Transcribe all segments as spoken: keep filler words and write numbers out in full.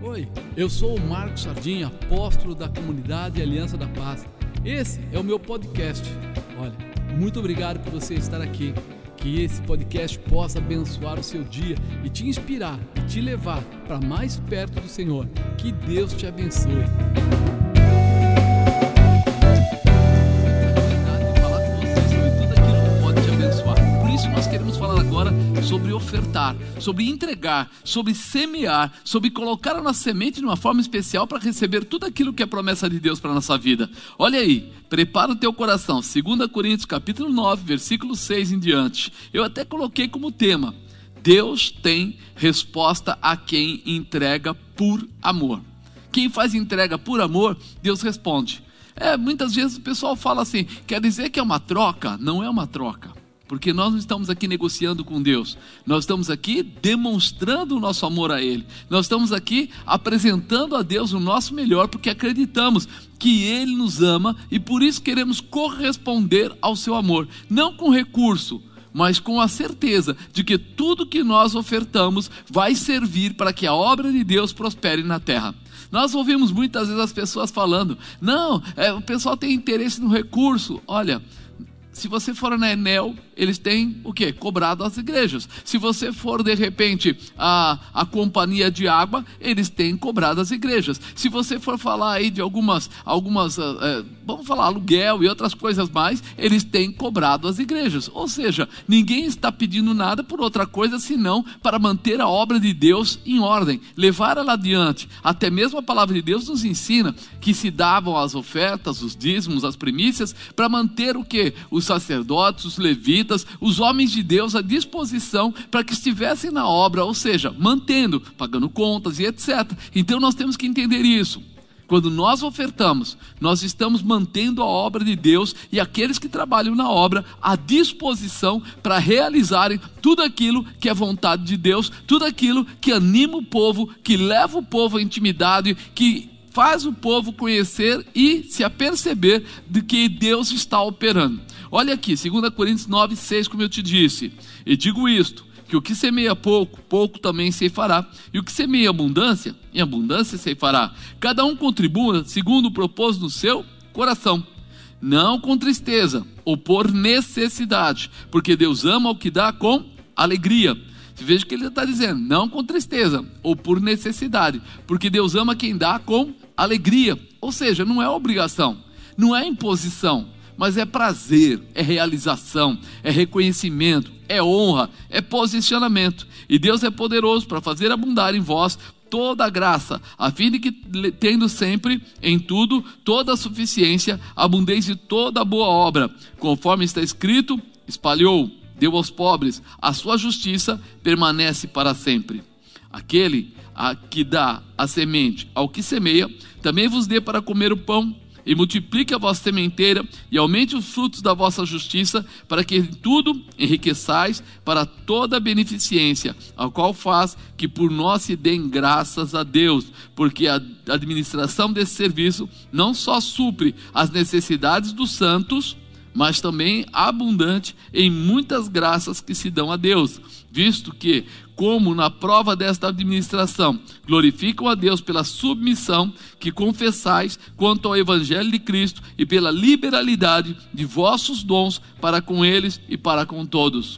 Oi, eu sou o Marcos Sardinha, apóstolo da Comunidade Aliança da Paz. Esse é o meu podcast. Olha, muito obrigado por você estar aqui. Que esse podcast possa abençoar o seu dia e te inspirar e te levar para mais perto do Senhor. Que Deus te abençoe. Nós queremos falar agora sobre ofertar, sobre entregar, sobre semear, sobre colocar a nossa semente de uma forma especial para receber tudo aquilo que é promessa de Deus para a nossa vida. Olha aí, prepara o teu coração, dois Coríntios capítulo nove, versículo seis em diante. Eu até coloquei como tema: Deus tem resposta a quem entrega por amor. Quem faz entrega por amor, Deus responde. É, muitas vezes o pessoal fala assim, quer dizer que é uma troca? Não é uma troca. Porque nós não estamos aqui negociando com Deus, nós estamos aqui demonstrando o nosso amor a Ele, nós estamos aqui apresentando a Deus o nosso melhor, porque acreditamos que Ele nos ama e por isso queremos corresponder ao seu amor, não com recurso, mas com a certeza de que tudo que nós ofertamos vai servir para que a obra de Deus prospere na terra. Nós ouvimos muitas vezes as pessoas falando, não, é, o pessoal tem interesse no recurso. Olha, se você for na Enel, eles têm o quê? Cobrado as igrejas. Se você for de repente a, a companhia de água, eles têm cobrado as igrejas. Se você for falar aí de algumas, algumas é, vamos falar aluguel e outras coisas mais, eles têm cobrado as igrejas. Ou seja, ninguém está pedindo nada por outra coisa senão para manter a obra de Deus em ordem, levar ela adiante. Até mesmo a palavra de Deus nos ensina que se davam as ofertas, os dízimos, as primícias, para manter o quê? Os sacerdotes, os levitas, os homens de Deus à disposição para que estivessem na obra, ou seja, mantendo, pagando contas e etcétera. Então nós temos que entender isso. Quando nós ofertamos, nós estamos mantendo a obra de Deus e aqueles que trabalham na obra à disposição para realizarem tudo aquilo que é vontade de Deus, tudo aquilo que anima o povo, que leva o povo à intimidade, que faz o povo conhecer e se aperceber de que Deus está operando. Olha aqui, dois Coríntios nove, seis, como eu te disse. E digo isto, que o que semeia pouco, pouco também ceifará. E o que semeia abundância, em abundância ceifará. Cada um contribua segundo o propósito no seu coração. Não com tristeza ou por necessidade, porque Deus ama o que dá com alegria. Veja o que ele está dizendo, não com tristeza ou por necessidade, porque Deus ama quem dá com alegria. Ou seja, não é obrigação, não é imposição, mas é prazer, é realização, é reconhecimento, é honra, é posicionamento. E Deus é poderoso para fazer abundar em vós toda a graça, a fim de que, tendo sempre em tudo toda a suficiência, abundeis de toda a boa obra, conforme está escrito, espalhou, deu aos pobres, a sua justiça permanece para sempre. Aquele a que dá a semente ao que semeia, também vos dê para comer o pão, e multiplique a vossa sementeira, e aumente os frutos da vossa justiça, para que em tudo enriqueçais para toda a beneficência, ao qual faz que por nós se deem graças a Deus, porque a administração desse serviço não só supre as necessidades dos santos, mas também abundante em muitas graças que se dão a Deus, visto que, como na prova desta administração, glorificam a Deus pela submissão que confessais quanto ao Evangelho de Cristo e pela liberalidade de vossos dons para com eles e para com todos.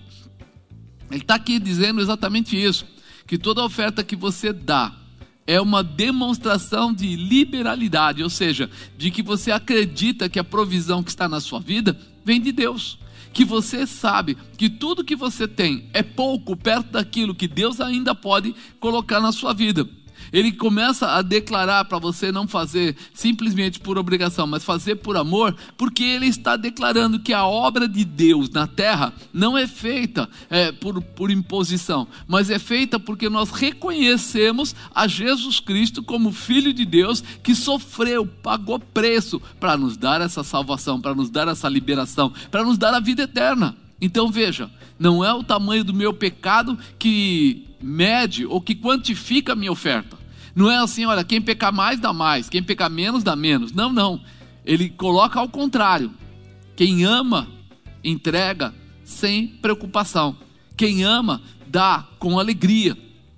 Ele está aqui dizendo exatamente isso, que toda oferta que você dá é uma demonstração de liberalidade, ou seja, de que você acredita que a provisão que está na sua vida vem de Deus. Que você sabe que tudo que você tem é pouco perto daquilo que Deus ainda pode colocar na sua vida. Ele começa a declarar para você não fazer simplesmente por obrigação, mas fazer por amor, porque ele está declarando que a obra de Deus na terra não é feita é, por, por imposição, mas é feita porque nós reconhecemos a Jesus Cristo como Filho de Deus, que sofreu, pagou preço para nos dar essa salvação, para nos dar essa liberação, para nos dar a vida eterna. Então veja, não é o tamanho do meu pecado que mede ou que quantifica a minha oferta. Não é assim, olha, quem pecar mais dá mais, quem pecar menos dá menos. Não, não. Ele coloca ao contrário. Quem ama, entrega sem preocupação. Quem ama, dá com alegria.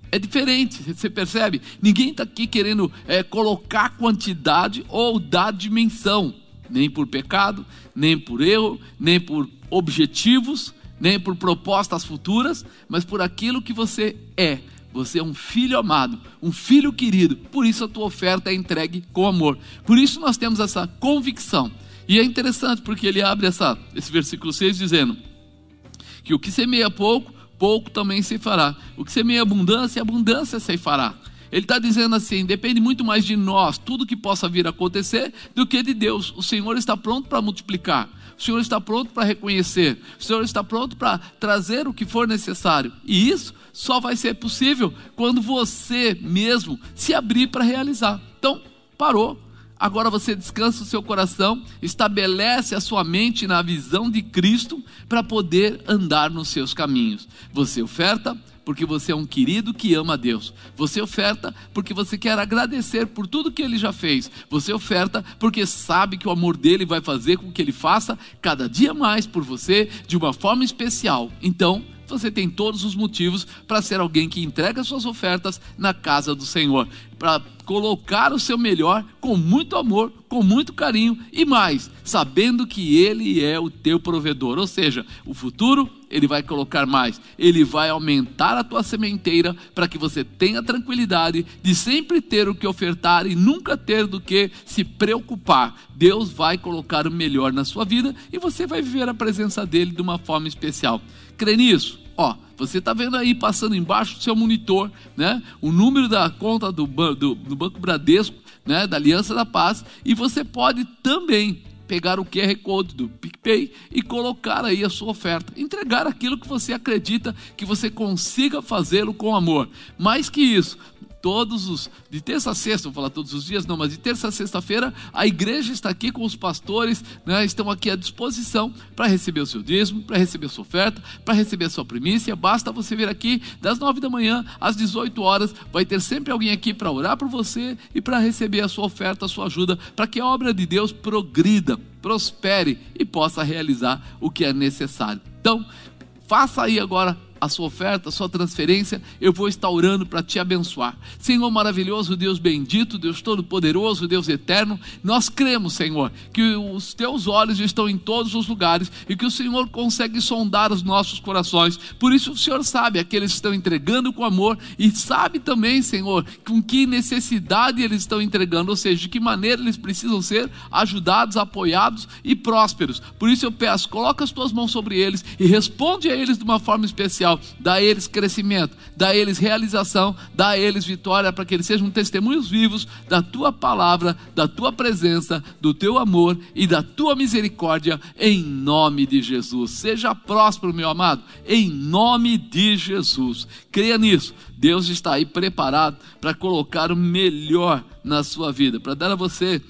É diferente, você percebe? Ninguém está aqui querendo é, colocar quantidade ou dar dimensão, nem por pecado, nem por erro, nem por objetivos, nem por propostas futuras, mas por aquilo que você é. Você é um filho amado, um filho querido, por isso a tua oferta é entregue com amor. Por isso nós temos essa convicção. E é interessante porque ele abre essa, esse versículo seis dizendo que o que semeia pouco, pouco também se fará. O que semeia abundância, abundância se fará. Ele está dizendo assim, depende muito mais de nós, tudo que possa vir a acontecer, do que de Deus. O Senhor está pronto para multiplicar. O Senhor está pronto para reconhecer. O Senhor está pronto para trazer o que for necessário. E isso só vai ser possível quando você mesmo se abrir para realizar. Então, parou. Agora você descansa o seu coração, estabelece a sua mente na visão de Cristo para poder andar nos seus caminhos. Você oferta porque você é um querido que ama a Deus. Você oferta porque você quer agradecer por tudo que Ele já fez. Você oferta porque sabe que o amor dEle vai fazer com que Ele faça cada dia mais por você de uma forma especial. Então, você tem todos os motivos para ser alguém que entrega suas ofertas na casa do Senhor, para colocar o seu melhor com muito amor, com muito carinho e mais, sabendo que Ele é o teu provedor. Ou seja, o futuro Ele vai colocar mais, Ele vai aumentar a tua sementeira para que você tenha tranquilidade de sempre ter o que ofertar e nunca ter do que se preocupar. Deus vai colocar o melhor na sua vida e você vai viver a presença dEle de uma forma especial. Crê nisso? Ó, você está vendo aí passando embaixo do seu monitor, né, o número da conta do, do, do Banco Bradesco, né, da Aliança da Paz, e você pode também pegar o Q R Code do PicPay e colocar aí a sua oferta, entregar aquilo que você acredita que você consiga fazê-lo com amor. Mais que isso, todos os, de terça a sexta, vou falar todos os dias, não, mas de terça a sexta-feira, a igreja está aqui com os pastores, né, estão aqui à disposição para receber o seu dízimo, para receber a sua oferta, para receber a sua primícia. Basta você vir aqui das nove da manhã às dezoito horas, vai ter sempre alguém aqui para orar por você e para receber a sua oferta, a sua ajuda, para que a obra de Deus progrida, prospere e possa realizar o que é necessário. Então, faça aí agora a sua oferta, a sua transferência, eu vou estar orando para te abençoar. Senhor maravilhoso, Deus bendito, Deus todo-poderoso, Deus eterno, nós cremos, Senhor, que os teus olhos estão em todos os lugares e que o Senhor consegue sondar os nossos corações. Por isso o Senhor sabe aqueles que estão entregando com amor e sabe também, Senhor, com que necessidade eles estão entregando, ou seja, de que maneira eles precisam ser ajudados, apoiados e prósperos. Por isso eu peço, coloca as tuas mãos sobre eles e responde a eles de uma forma especial. Dá a eles crescimento, dá a eles realização, dá a eles vitória, para que eles sejam testemunhos vivos da tua palavra, da tua presença, do teu amor e da tua misericórdia, em nome de Jesus. Seja próspero, meu amado, em nome de Jesus. Creia nisso. Deus está aí preparado para colocar o melhor na sua vida, para dar a você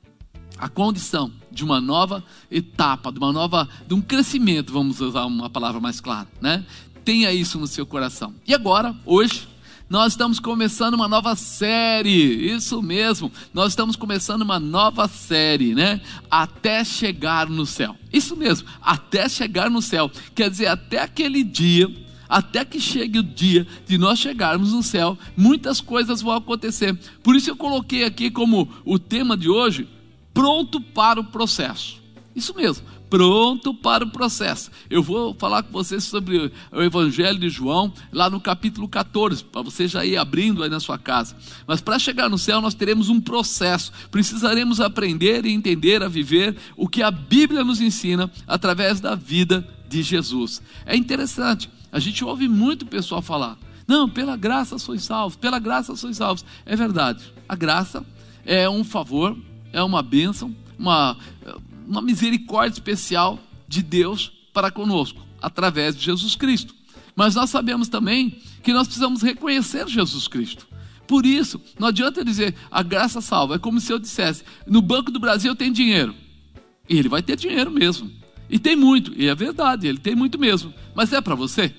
a condição de uma nova etapa, de uma nova, de um crescimento, vamos usar uma palavra mais clara, né? Tenha isso no seu coração. E agora, hoje, nós estamos começando uma nova série, isso mesmo, nós estamos começando uma nova série, né? Até chegar no céu. Isso mesmo, até chegar no céu. Quer dizer, até aquele dia, até que chegue o dia de nós chegarmos no céu, muitas coisas vão acontecer. Por isso eu coloquei aqui como o tema de hoje, pronto para o processo. Isso mesmo, pronto para o processo. Eu vou falar com vocês sobre o Evangelho de João, lá no capítulo catorze, para você já ir abrindo aí na sua casa. Mas para chegar no céu nós teremos um processo, precisaremos aprender e entender a viver o que a Bíblia nos ensina através da vida de Jesus. É interessante, a gente ouve muito o pessoal falar, não, pela graça sois salvos, pela graça sois salvos. É verdade, a graça é um favor, é uma bênção, uma... uma misericórdia especial de Deus para conosco, através de Jesus Cristo. Mas nós sabemos também que nós precisamos reconhecer Jesus Cristo. Por isso, não adianta dizer, a graça salva. É como se eu dissesse, no Banco do Brasil eu tenho dinheiro. E ele vai ter dinheiro mesmo. E tem muito, e é verdade, ele tem muito mesmo. Mas é para você?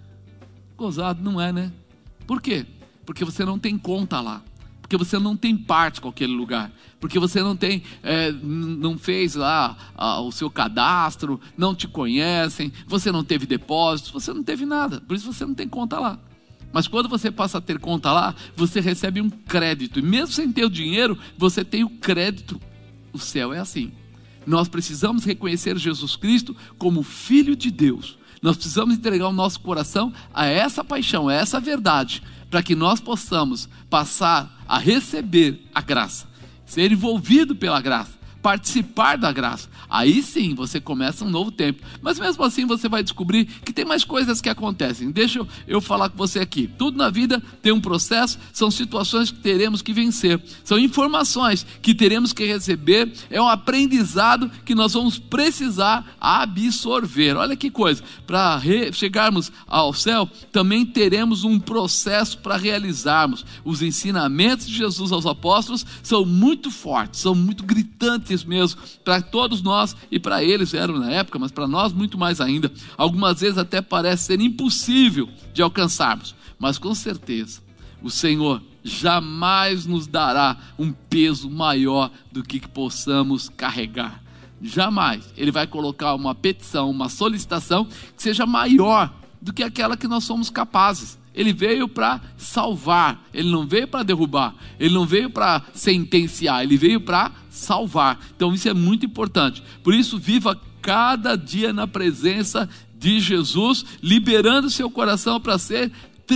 Gozado, não é, né? Por quê? Porque você não tem conta lá. Porque você não tem parte com aquele lugar, porque você não tem, é, não fez lá ah, o seu cadastro, não te conhecem, você não teve depósito, você não teve nada, por isso você não tem conta lá. Mas quando você passa a ter conta lá, você recebe um crédito. E mesmo sem ter o dinheiro, você tem o crédito. O céu é assim. Nós precisamos reconhecer Jesus Cristo como Filho de Deus. Nós precisamos entregar o nosso coração a essa paixão, a essa verdade, para que nós possamos passar a receber a graça, ser envolvido pela graça, participar da graça. Aí sim você começa um novo tempo. Mas mesmo assim você vai descobrir que tem mais coisas que acontecem. Deixa eu, eu falar com você aqui. Tudo na vida tem um processo, são situações que teremos que vencer, são informações que teremos que receber, é um aprendizado que nós vamos precisar absorver. Olha que coisa, para chegarmos ao céu também teremos um processo para realizarmos. Os ensinamentos de Jesus aos apóstolos são muito fortes, são muito gritantes mesmo, para todos nós, e para eles eram na época, mas para nós muito mais ainda. Algumas vezes até parece ser impossível de alcançarmos, mas com certeza o Senhor jamais nos dará um peso maior do que, que possamos carregar. Jamais. Ele vai colocar uma petição, uma solicitação que seja maior do que aquela que nós somos capazes. Ele veio para salvar, ele não veio para derrubar, ele não veio para sentenciar, ele veio para salvar. Então isso é muito importante. Por isso, viva cada dia na presença de Jesus, liberando seu coração para ser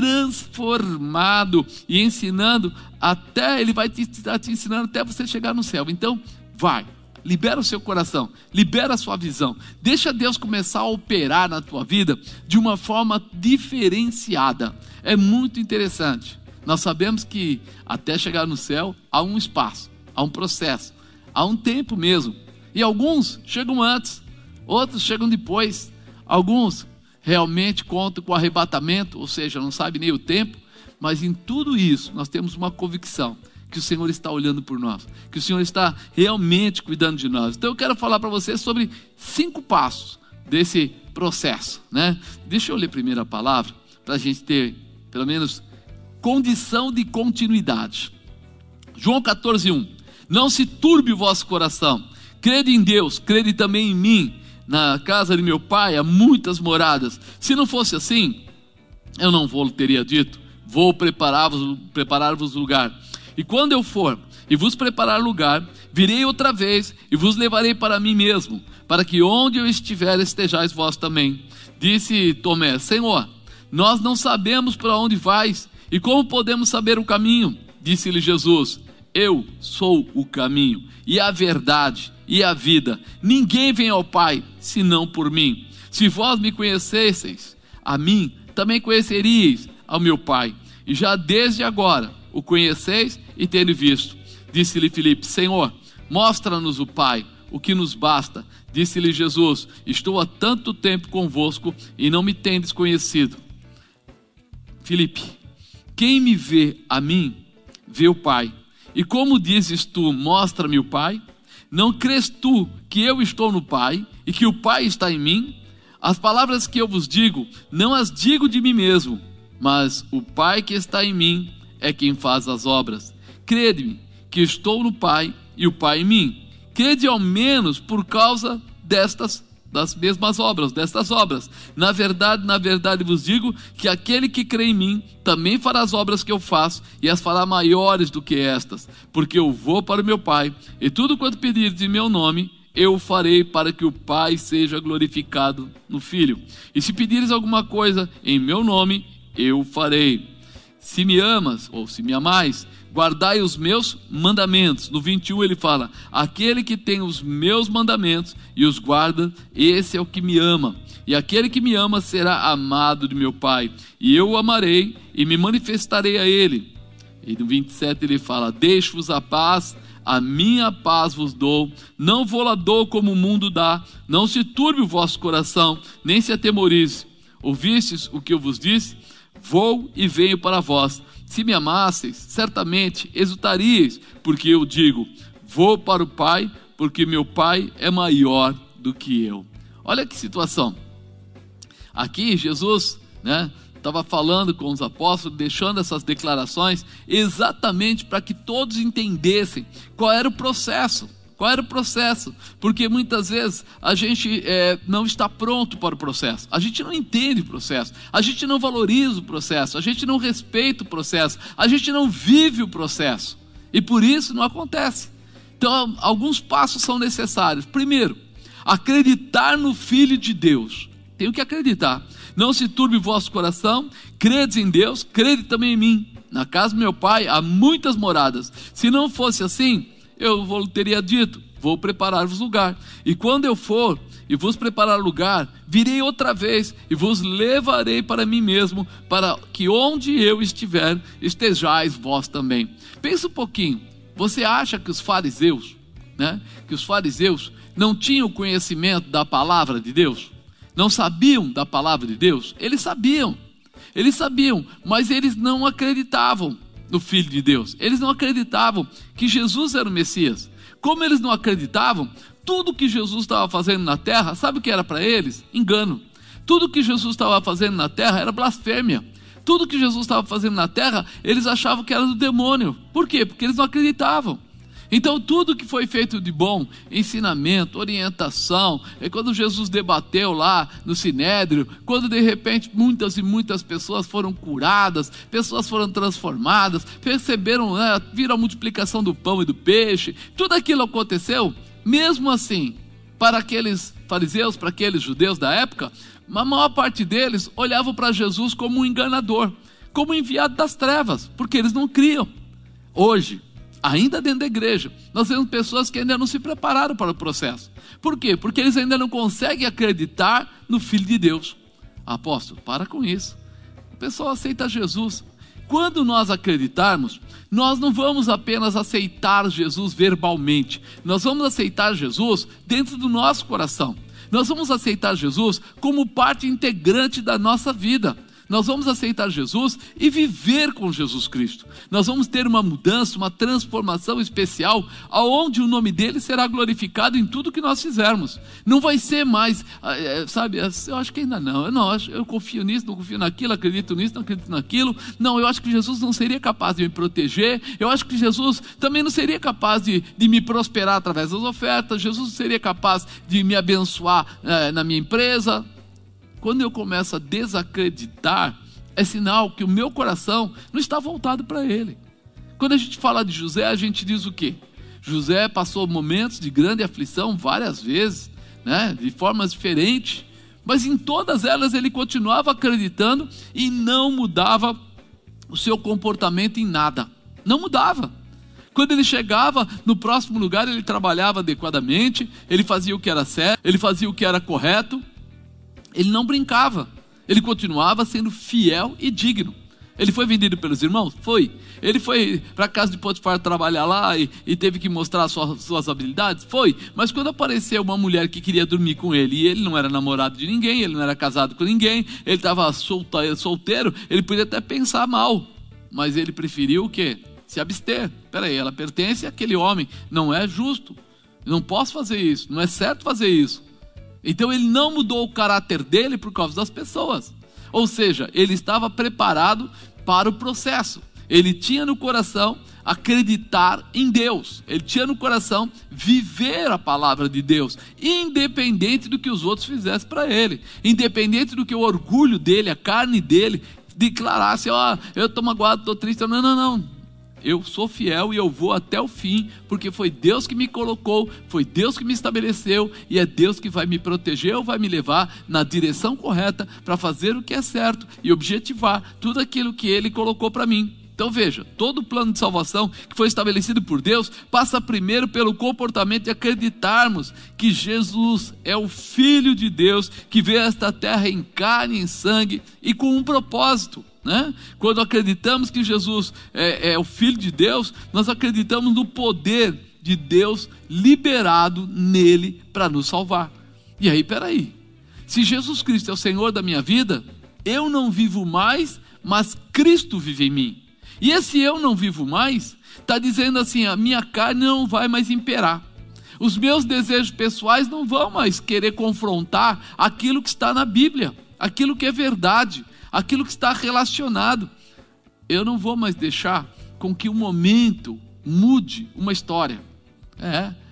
transformado e ensinando até, ele vai te, te ensinando até você chegar no céu. Então vai, libera o seu coração, libera a sua visão, deixa Deus começar a operar na tua vida de uma forma diferenciada. É muito interessante. Nós sabemos que até chegar no céu há um espaço, há um processo, há um tempo mesmo. E alguns chegam antes, outros chegam depois. Alguns realmente contam com o arrebatamento, ou seja, não sabem nem o tempo. Mas em tudo isso nós temos uma convicção que o Senhor está olhando por nós, que o Senhor está realmente cuidando de nós. Então eu quero falar para você sobre cinco passos desse processo, né? Deixa eu ler primeiro a palavra, para a gente ter, pelo menos, condição de continuidade. João catorze, um. Não se turbe o vosso coração, crede em Deus, crede também em mim. Na casa de meu pai há muitas moradas. Se não fosse assim, eu não vou teria dito, vou preparar-vos preparar-vos lugar. E quando eu for e vos preparar lugar, virei outra vez e vos levarei para mim mesmo, para que onde eu estiver estejais vós também. Disse Tomé: Senhor, nós não sabemos para onde vais, e como podemos saber o caminho? Disse-lhe Jesus: eu sou o caminho, e a verdade, e a vida. Ninguém vem ao Pai, senão por mim. Se vós me conhecesseis, a mim, também conheceríeis ao meu Pai. E já desde agora o conheceis e tende visto. Disse-lhe Filipe: Senhor, mostra-nos o Pai, o que nos basta. Disse-lhe Jesus: estou há tanto tempo convosco e não me tendes conhecido. Filipe, quem me vê a mim, vê o Pai. E como dizes tu, mostra-me o Pai? Não crês tu que eu estou no Pai e que o Pai está em mim? As palavras que eu vos digo, não as digo de mim mesmo, mas o Pai que está em mim é quem faz as obras. Crede-me que estou no Pai e o Pai em mim. Crede ao menos por causa destas, das mesmas obras, destas obras. Na verdade, na verdade vos digo que aquele que crê em mim também fará as obras que eu faço, e as fará maiores do que estas, porque eu vou para o meu Pai, e tudo quanto pedirdes em meu nome, eu o farei, para que o Pai seja glorificado no Filho. E se pedires alguma coisa em meu nome, eu o farei. Se me amas, ou se me amais, guardai os meus mandamentos. No vinte e um ele fala: aquele que tem os meus mandamentos e os guarda, esse é o que me ama. E aquele que me ama será amado de meu Pai, e eu o amarei e me manifestarei a ele. E no vinte e sete ele fala: deixo-vos a paz, a minha paz vos dou, não vou lá dou como o mundo dá. Não se turbe o vosso coração, nem se atemorize. Ouvistes o que eu vos disse? Vou e venho para vós. Se me amasseis, certamente exultaríeis, porque eu digo: vou para o Pai, porque meu Pai é maior do que eu. Olha que situação. Aqui Jesus, né, estava falando com os apóstolos, deixando essas declarações exatamente para que todos entendessem qual era o processo, Qual era o processo? Porque muitas vezes a gente é, não está pronto para o processo. A gente não entende o processo. A gente não valoriza o processo. A gente não respeita o processo. A gente não vive o processo. E por isso não acontece. Então, alguns passos são necessários. Primeiro, acreditar no Filho de Deus. Tenho que acreditar. Não se turbe o vosso coração. Credes em Deus, crede também em mim. Na casa do meu pai há muitas moradas. Se não fosse assim, eu vos teria dito: vou preparar-vos lugar. E quando eu for e vos preparar lugar, virei outra vez e vos levarei para mim mesmo, para que onde eu estiver, estejais vós também. Pensa um pouquinho. Você acha que os fariseus, né, que os fariseus não tinham conhecimento da palavra de Deus? Não sabiam da palavra de Deus? Eles sabiam. Eles sabiam, mas eles não acreditavam no Filho de Deus. Eles não acreditavam que Jesus era o Messias. Como eles não acreditavam, tudo que Jesus estava fazendo na terra, sabe o que era para eles? Engano. Tudo que Jesus estava fazendo na terra era blasfêmia. Tudo que Jesus estava fazendo na terra, eles achavam que era do demônio. Por quê? Porque eles não acreditavam. Então tudo que foi feito de bom, ensinamento, orientação, é quando Jesus debateu lá no Sinédrio, quando de repente muitas e muitas pessoas foram curadas, pessoas foram transformadas, perceberam, né, viram a multiplicação do pão e do peixe, tudo aquilo aconteceu. Mesmo assim, para aqueles fariseus, para aqueles judeus da época, a maior parte deles olhavam para Jesus como um enganador, como um enviado das trevas, porque eles não criam. Hoje, ainda dentro da igreja, nós vemos pessoas que ainda não se prepararam para o processo. Por quê? Porque eles ainda não conseguem acreditar no Filho de Deus. Apóstolo, para com isso. O pessoal aceita Jesus. Quando nós acreditarmos, nós não vamos apenas aceitar Jesus verbalmente. Nós vamos aceitar Jesus dentro do nosso coração. Nós vamos aceitar Jesus como parte integrante da nossa vida. Nós vamos aceitar Jesus e viver com Jesus Cristo. Nós vamos ter uma mudança, uma transformação especial, aonde o nome dele será glorificado em tudo que nós fizermos. Não vai ser mais, sabe, eu acho que ainda não, eu, não, eu confio nisso, não confio naquilo, acredito nisso, não acredito naquilo. Não, eu acho que Jesus não seria capaz de me proteger. Eu acho que Jesus também não seria capaz de, de me prosperar através das ofertas. Jesus não seria capaz de me abençoar é, na minha empresa. Quando eu começo a desacreditar, é sinal que o meu coração não está voltado para ele. Quando a gente fala de José, a gente diz o quê? José passou momentos de grande aflição várias vezes, né, de formas diferentes, mas em todas elas ele continuava acreditando e não mudava o seu comportamento em nada. Não mudava. Quando ele chegava no próximo lugar, ele trabalhava adequadamente, ele fazia o que era certo, ele fazia o que era correto. Ele não brincava, ele continuava sendo fiel e digno. Ele foi vendido pelos irmãos? Foi. Ele foi para a casa de Potifar trabalhar lá e, e teve que mostrar suas, suas habilidades? Foi. Mas quando apareceu uma mulher que queria dormir com ele, e ele não era namorado de ninguém, ele não era casado com ninguém, ele estava solteiro, ele podia até pensar mal, mas ele preferiu o quê? Se abster. Peraí, ela pertence àquele homem, não é justo, não posso fazer isso, não é certo fazer isso. Então ele não mudou o caráter dele por causa das pessoas. Ou seja, ele estava preparado para o processo. Ele tinha no coração acreditar em Deus. Ele tinha no coração viver a palavra de Deus, independente do que os outros fizessem para ele, independente do que o orgulho dele, a carne dele, declarasse: ó, oh, eu estou magoado, estou triste. Não, não, não. Eu sou fiel e eu vou até o fim, porque foi Deus que me colocou, foi Deus que me estabeleceu, e é Deus que vai me proteger ou vai me levar na direção correta para fazer o que é certo e objetivar tudo aquilo que Ele colocou para mim. Então veja, todo o plano de salvação que foi estabelecido por Deus passa primeiro pelo comportamento de acreditarmos que Jesus é o Filho de Deus, que veio a esta terra em carne e em sangue e com um propósito. Né? Quando acreditamos que Jesus é, é o Filho de Deus, nós acreditamos no poder de Deus liberado nele para nos salvar. E aí, peraí, se Jesus Cristo é o Senhor da minha vida, eu não vivo mais, mas Cristo vive em mim. E esse eu não vivo mais, está dizendo assim, a minha carne não vai mais imperar. Os meus desejos pessoais não vão mais querer confrontar aquilo que está na Bíblia, aquilo que é verdade, aquilo que está relacionado. Eu não vou mais deixar com que o momento mude uma história. É,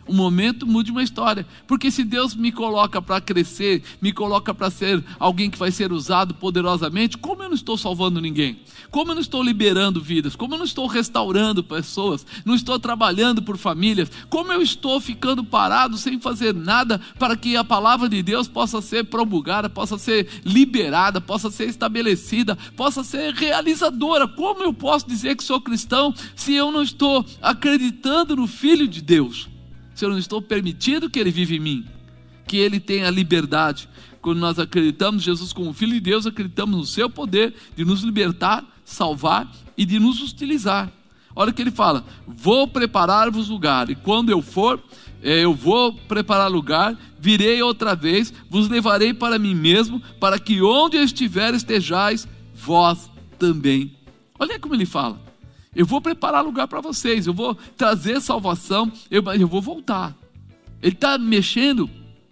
um momento mude uma história. Porque se Deus me coloca para crescer, me coloca para ser alguém que vai ser usado poderosamente, como eu não estou salvando ninguém? Como eu não estou liberando vidas? Como eu não estou restaurando pessoas? Não estou trabalhando por famílias? Como eu estou ficando parado sem fazer nada para que a palavra de Deus possa ser promulgada, possa ser liberada, possa ser estabelecida, possa ser realizadora? Como eu posso dizer que sou cristão se eu não estou acreditando no Filho de Deus? Se eu não estou permitindo que Ele vive em mim, que Ele tenha liberdade? Quando nós acreditamos em Jesus como Filho de Deus, acreditamos no seu poder de nos libertar, salvar e de nos utilizar. Olha o que ele fala: vou preparar-vos lugar, e quando eu for, eu vou preparar lugar, virei outra vez, vos levarei para mim mesmo, para que onde eu estiver estejais vós também. Olha como ele fala: eu vou preparar lugar para vocês, eu vou trazer salvação, eu, eu vou voltar. Ele está mexendo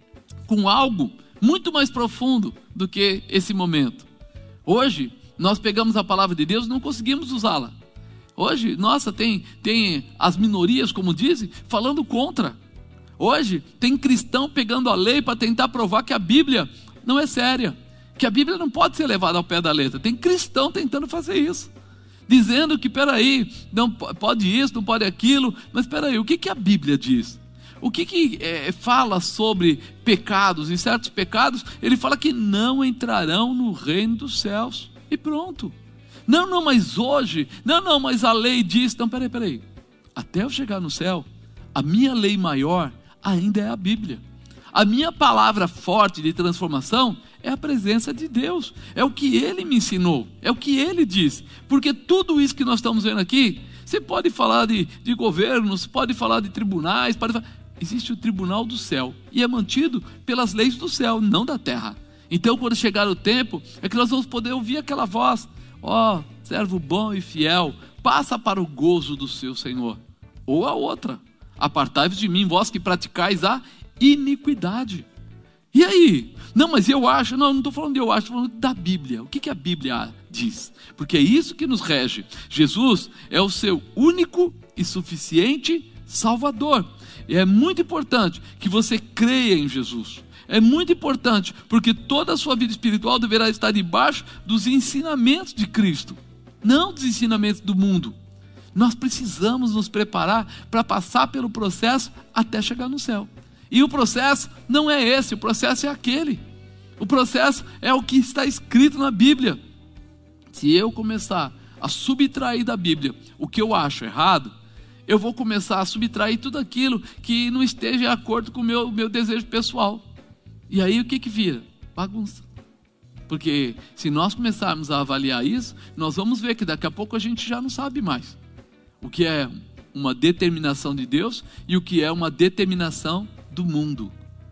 com algo muito mais profundo do que esse momento. Hoje, nós pegamos a palavra de Deus e não conseguimos usá-la. Hoje, nossa, tem, tem as minorias, como dizem, falando contra. Hoje, tem cristão pegando a lei para tentar provar que a Bíblia não é séria, que a Bíblia não pode ser levada ao pé da letra. Tem cristão tentando fazer isso, dizendo que, peraí, não pode isso, não pode aquilo, mas peraí, o que, que a Bíblia diz? O que, que é, fala sobre pecados, e certos pecados? Ele fala que não entrarão no reino dos céus, e pronto. Não, não, mas hoje, não, não, mas a lei diz, não, peraí, peraí, até eu chegar no céu, a minha lei maior ainda é a Bíblia. A minha palavra forte de transformação é a presença de Deus, é o que Ele me ensinou, é o que Ele disse. Porque tudo isso que nós estamos vendo aqui, você pode falar de, de governo, você pode falar de tribunais, pode falar, existe o tribunal do céu, e é mantido pelas leis do céu, não da terra. Então, quando chegar o tempo, é que nós vamos poder ouvir aquela voz: ó, oh, servo bom e fiel, passa para o gozo do seu Senhor. Ou a outra: apartai-vos de mim, vós que praticais a iniquidade. E aí? Não, mas eu acho, não, não estou falando de eu acho, estou falando da Bíblia. O que, que a Bíblia diz? Porque é isso que nos rege. Jesus é o seu único e suficiente Salvador. E é muito importante que você creia em Jesus. É muito importante, porque toda a sua vida espiritual deverá estar debaixo dos ensinamentos de Cristo, não dos ensinamentos do mundo. Nós precisamos nos preparar para passar pelo processo até chegar no céu. E o processo não é esse, o processo é aquele. O processo é o que está escrito na Bíblia. Se eu começar a subtrair da Bíblia o que eu acho errado, eu vou começar a subtrair tudo aquilo que não esteja de acordo com o meu, meu desejo pessoal. E aí o que que vira? Bagunça. Porque se nós começarmos a avaliar isso, nós vamos ver que daqui a pouco a gente já não sabe mais o que é uma determinação de Deus e o que é uma determinação do mundo.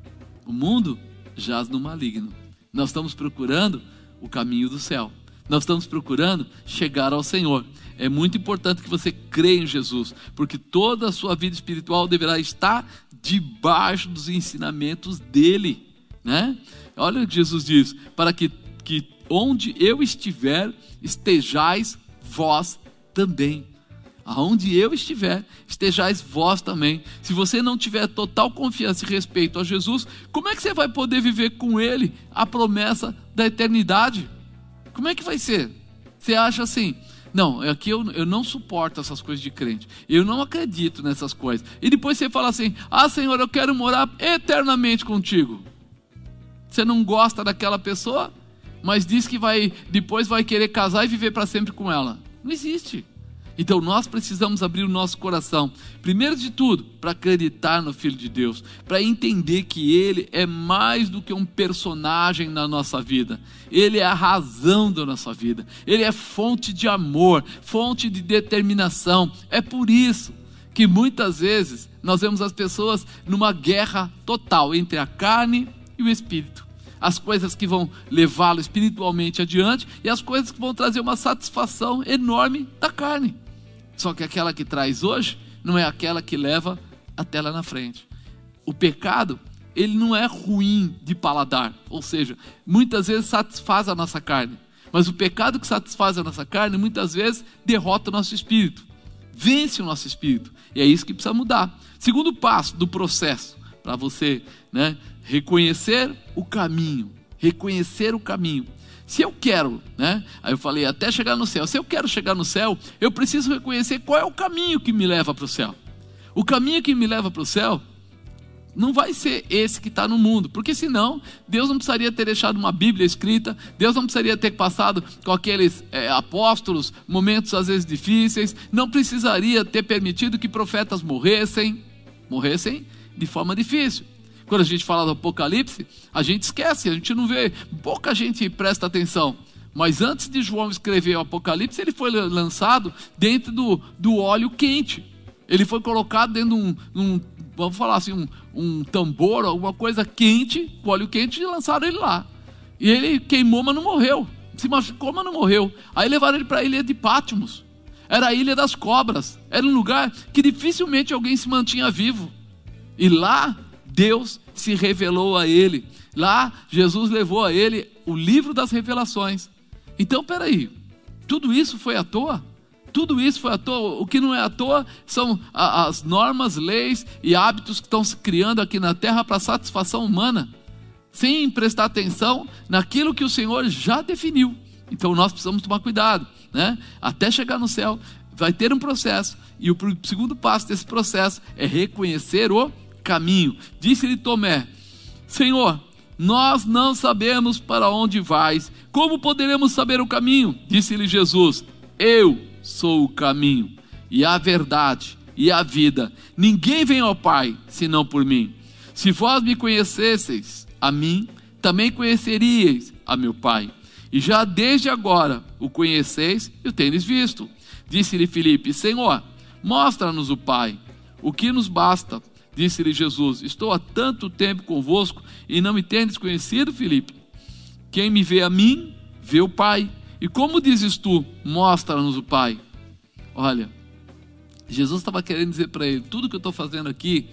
O mundo jaz no maligno. Nós estamos procurando o caminho do céu. Nós estamos procurando chegar ao Senhor. É muito importante que você creia em Jesus, porque toda a sua vida espiritual deverá estar debaixo dos ensinamentos dele, né? Olha o que Jesus diz: para que, que onde eu estiver, estejais vós também. Aonde eu estiver, estejais vós também. Se você não tiver total confiança e respeito a Jesus, como é que você vai poder viver com Ele a promessa da eternidade? Como é que vai ser? Você acha assim: não, aqui eu, eu não suporto essas coisas de crente, eu não acredito nessas coisas. E depois você fala assim: ah, Senhor, eu quero morar eternamente contigo. Você não gosta daquela pessoa, mas diz que vai, depois vai querer casar e viver para sempre com ela. Não existe. Então nós precisamos abrir o nosso coração, primeiro de tudo, para acreditar no Filho de Deus, para entender que Ele é mais do que um personagem na nossa vida. Ele é a razão da nossa vida. Ele é fonte de amor, fonte de determinação. É por isso que muitas vezes nós vemos as pessoas numa guerra total entre a carne e o espírito. As coisas que vão levá-lo espiritualmente adiante e as coisas que vão trazer uma satisfação enorme da carne. Só que aquela que traz hoje não é aquela que leva até lá na frente. O pecado, ele não é ruim de paladar, ou seja, muitas vezes satisfaz a nossa carne, mas o pecado que satisfaz a nossa carne muitas vezes derrota o nosso espírito. vence o nosso espírito. E é isso que precisa mudar. Segundo passo do processo, para você, né, reconhecer o caminho. Reconhecer o caminho. Se eu quero, né, aí eu falei, até chegar no céu. Se eu quero chegar no céu, eu preciso reconhecer qual é o caminho que me leva para o céu. O caminho que me leva para o céu não vai ser esse que está no mundo, porque senão Deus não precisaria ter deixado uma Bíblia escrita, Deus não precisaria ter passado com aqueles é, apóstolos momentos às vezes difíceis, não precisaria ter permitido que profetas morressem, morressem de forma difícil. Quando a gente fala do Apocalipse, a gente esquece, a gente não vê, pouca gente presta atenção. Mas antes de João escrever o Apocalipse, ele foi lançado dentro do, do óleo quente. Ele foi colocado dentro de um, um vamos falar assim, um, um tambor, alguma coisa quente, com óleo quente, e lançaram ele lá. E ele queimou, mas não morreu. Se machucou, mas não morreu. Aí levaram ele para a ilha de Patmos. Era a ilha das cobras. Era um lugar que dificilmente alguém se mantinha vivo. E lá, Deus se revelou a ele. Lá, Jesus levou a ele o livro das revelações. Então, peraí, tudo isso foi à toa? Tudo isso foi à toa? O que não é à toa são as normas, leis e hábitos que estão se criando aqui na terra para satisfação humana, sem prestar atenção naquilo que o Senhor já definiu. Então nós precisamos tomar cuidado, né? Até chegar no céu vai ter um processo, e o segundo passo desse processo é reconhecer o caminho. Disse-lhe Tomé: Senhor, nós não sabemos para onde vais, como poderemos saber o caminho? Disse-lhe Jesus: Eu sou o caminho, e a verdade, e a vida. Ninguém vem ao Pai, senão por mim. Se vós me conhecesseis a mim, também conheceríeis a meu Pai. E já desde agora o conheceis e o tendes visto. Disse-lhe Filipe: Senhor, mostra-nos o Pai, o que nos basta. Disse-lhe Jesus: Estou há tanto tempo convosco e não me tendes conhecido, Filipe? Quem me vê a mim, vê o Pai. E como dizes tu, mostra-nos o Pai? Olha, Jesus estava querendo dizer para ele, tudo que eu estou fazendo aqui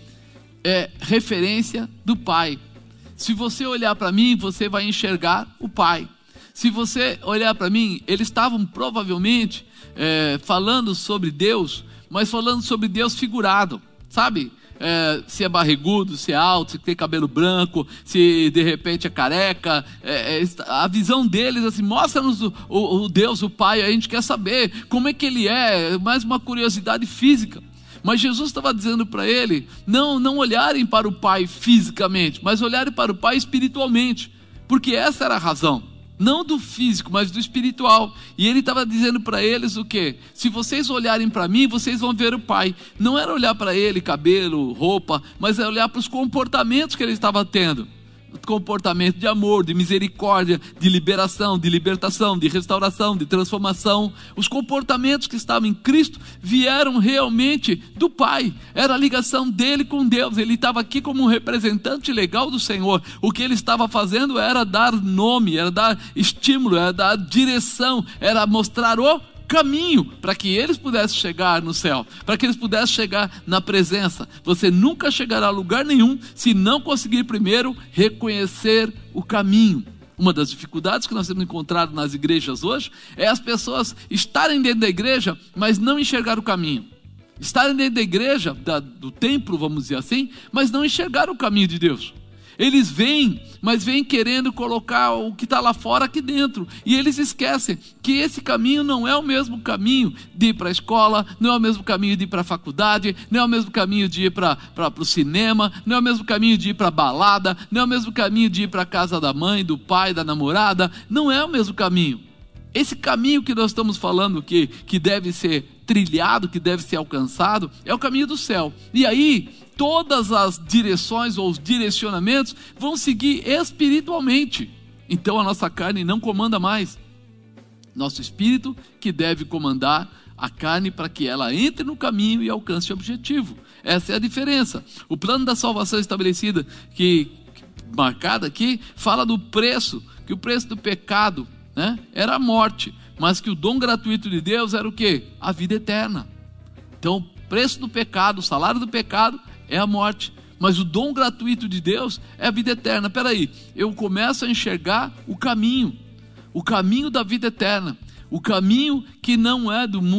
é referência do Pai. Se você olhar para mim, você vai enxergar o Pai. Se você olhar para mim, eles estavam provavelmente é, falando sobre Deus, mas falando sobre Deus figurado, sabe? É, se é barrigudo, se é alto, se tem cabelo branco, se de repente é careca, é, é, a visão deles assim, mostra-nos o, o, o Deus, o Pai, a gente quer saber como é que ele é, mais uma curiosidade física. Mas Jesus estava dizendo para ele, não, não olharem para o Pai fisicamente, mas olharem para o Pai espiritualmente, porque essa era a razão. Não do físico, mas do espiritual. E ele estava dizendo para eles o quê? Se vocês olharem para mim, vocês vão ver o Pai. Não era olhar para ele, cabelo, roupa, mas é olhar para os comportamentos que ele estava tendo. Comportamento de amor, de misericórdia, de liberação, de libertação, de restauração, de transformação. Os comportamentos que estavam em Cristo vieram realmente do Pai. Era a ligação dele com Deus. Ele estava aqui como um representante legal do Senhor. O que ele estava fazendo era dar nome, era dar estímulo, era dar direção, era mostrar o caminho para que eles pudessem chegar no céu, para que eles pudessem chegar na presença. Você nunca chegará a lugar nenhum se não conseguir primeiro reconhecer o caminho. Uma das dificuldades que nós temos encontrado nas igrejas hoje é as pessoas estarem dentro da igreja, mas não enxergar o caminho. Estarem dentro da igreja, da, do templo, vamos dizer assim, mas não enxergar o caminho de Deus. Eles vêm, mas vêm querendo colocar o que está lá fora aqui dentro. E eles esquecem que esse caminho não é o mesmo caminho de ir para a escola, não é o mesmo caminho de ir para a faculdade, não é o mesmo caminho de ir para o cinema, não é o mesmo caminho de ir para a balada, não é o mesmo caminho de ir para a casa da mãe, do pai, da namorada. Não é o mesmo caminho. Esse caminho que nós estamos falando que, que deve ser trilhado, que deve ser alcançado, é o caminho do céu. E aí, todas as direções ou os direcionamentos vão seguir espiritualmente. Então a nossa carne não comanda mais. Nosso espírito que deve comandar a carne para que ela entre no caminho e alcance o objetivo. Essa é a diferença. O plano da salvação estabelecida, que, marcado aqui, fala do preço, que o preço do pecado, né, era a morte, mas que o dom gratuito de Deus era o quê? A vida eterna. Então o preço do pecado, o salário do pecado é a morte, mas o dom gratuito de Deus é a vida eterna. Peraí, eu começo a enxergar o caminho, o caminho da vida eterna, o caminho que não é do mundo,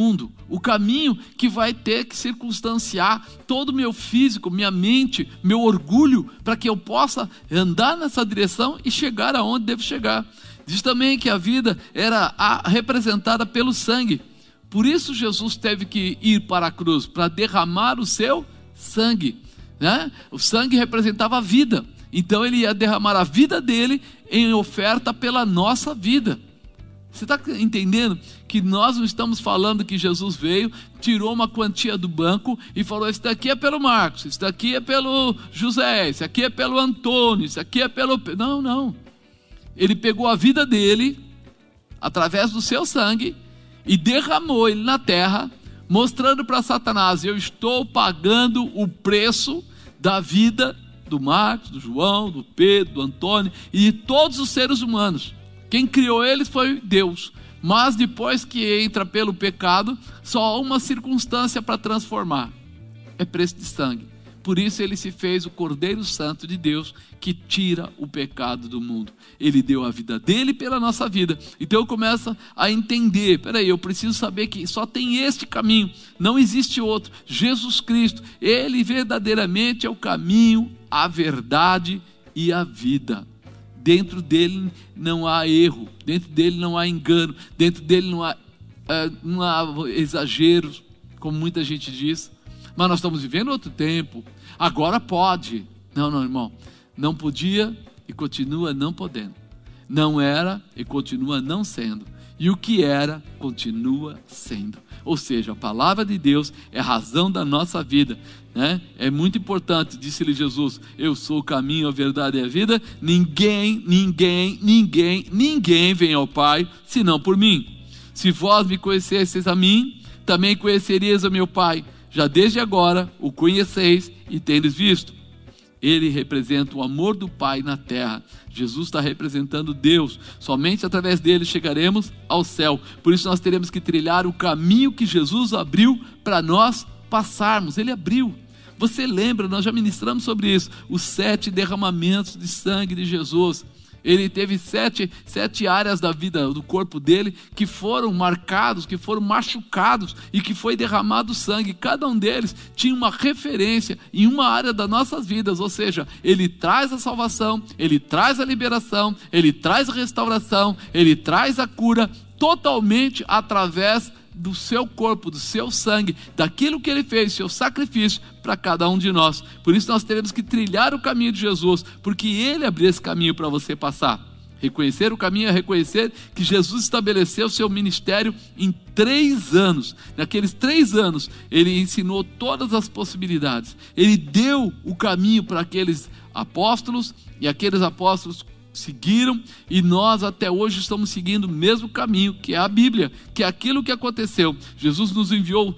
o caminho que vai ter que circunstanciar todo o meu físico, minha mente, meu orgulho, para que eu possa andar nessa direção e chegar aonde devo chegar. Diz também que a vida era a, representada pelo sangue. Por isso Jesus teve que ir para a cruz, para derramar o seu sangue, né? O sangue representava a vida, então ele ia derramar a vida dele em oferta pela nossa vida. Você está entendendo que nós não estamos falando que Jesus veio, tirou uma quantia do banco e falou: isso daqui é pelo Marcos, isso daqui é pelo José, isso aqui é pelo Antônio, isso aqui é pelo... Não, não. Ele pegou a vida dele, através do seu sangue, e derramou ele na terra, mostrando para Satanás: eu estou pagando o preço da vida do Marcos, do João, do Pedro, do Antônio e de todos os seres humanos. Quem criou eles foi Deus, mas depois que entra pelo pecado, só há uma circunstância para transformar: é preço de sangue. Por isso ele se fez o Cordeiro Santo de Deus, que tira o pecado do mundo. Ele deu a vida dele pela nossa vida. Então eu começo a entender: peraí, eu preciso saber que só tem este caminho, não existe outro. Jesus Cristo, ele verdadeiramente é o caminho, a verdade e a vida. Dentro dele não há erro, dentro dele não há engano, dentro dele não há, uh, não há exageros, como muita gente diz. Mas nós estamos vivendo outro tempo, agora pode. Não, não, irmão, não podia e continua não podendo. Não era e continua não sendo. E o que era, continua sendo. Ou seja, a palavra de Deus é a razão da nossa vida, né? É muito importante, disse-lhe Jesus: eu sou o caminho, a verdade e a vida. Ninguém, ninguém, ninguém, ninguém vem ao Pai, senão por mim. Se vós me conhecesseis a mim, também conhecerias o meu Pai. Já desde agora o conheceis e tendes visto. Ele representa o amor do Pai na terra. Jesus está representando Deus. Somente através dele chegaremos ao céu. Por isso nós teremos que trilhar o caminho que Jesus abriu para nós passarmos. Ele abriu. Você lembra, nós já ministramos sobre isso, os sete derramamentos de sangue de Jesus. Ele teve sete, sete áreas da vida, do corpo dele, que foram marcados, que foram machucados e que foi derramado sangue. Cada um deles tinha uma referência em uma área das nossas vidas. Ou seja, ele traz a salvação, ele traz a liberação, ele traz a restauração, ele traz a cura, totalmente através do seu corpo, do seu sangue, daquilo que ele fez, seu sacrifício para cada um de nós. Por isso nós teremos que trilhar o caminho de Jesus, porque ele abriu esse caminho para você passar. Reconhecer o caminho é reconhecer que Jesus estabeleceu o seu ministério em três anos. Naqueles três anos, ele ensinou todas as possibilidades. Ele deu o caminho para aqueles apóstolos, e aqueles apóstolos seguiram, e nós até hoje estamos seguindo o mesmo caminho, que é a Bíblia, que é aquilo que aconteceu. Jesus nos enviou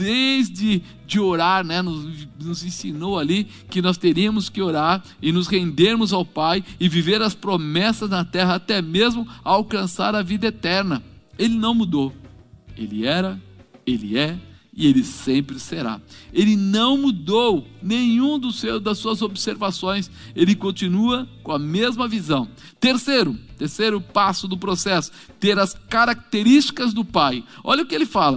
desde de orar, né? nos, nos ensinou ali que nós teríamos que orar e nos rendermos ao Pai e viver as promessas na terra, até mesmo alcançar a vida eterna. Ele não mudou. Ele era, ele é e ele sempre será. Ele não mudou nenhum dos seus, das suas observações. Ele continua com a mesma visão. Terceiro, terceiro passo do processo: ter as características do Pai. Olha o que ele fala: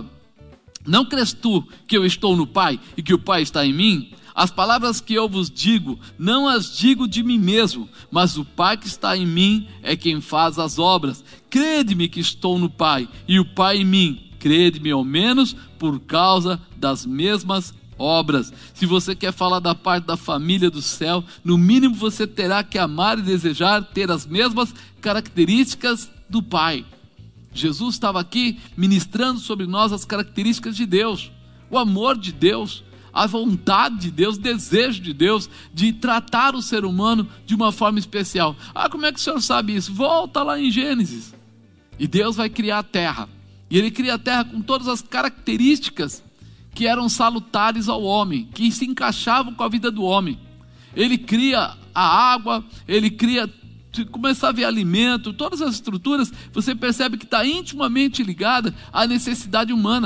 não crês tu que eu estou no Pai e que o Pai está em mim? As palavras que eu vos digo, não as digo de mim mesmo, mas o Pai que está em mim é quem faz as obras. Crede-me que estou no Pai e o Pai em mim. Crede-me ao menos por causa das mesmas obras. Se você quer falar da parte da família do céu, no mínimo você terá que amar e desejar ter as mesmas características do Pai. Jesus estava aqui ministrando sobre nós as características de Deus, o amor de Deus, a vontade de Deus, o desejo de Deus de tratar o ser humano de uma forma especial. Ah, como é que o senhor sabe isso? Volta lá em Gênesis. E Deus vai criar a terra. E ele cria a terra com todas as características que eram salutares ao homem, que se encaixavam com a vida do homem. Ele cria a água, ele cria, se começar a ver alimento, todas as estruturas, você percebe que está intimamente ligada à necessidade humana,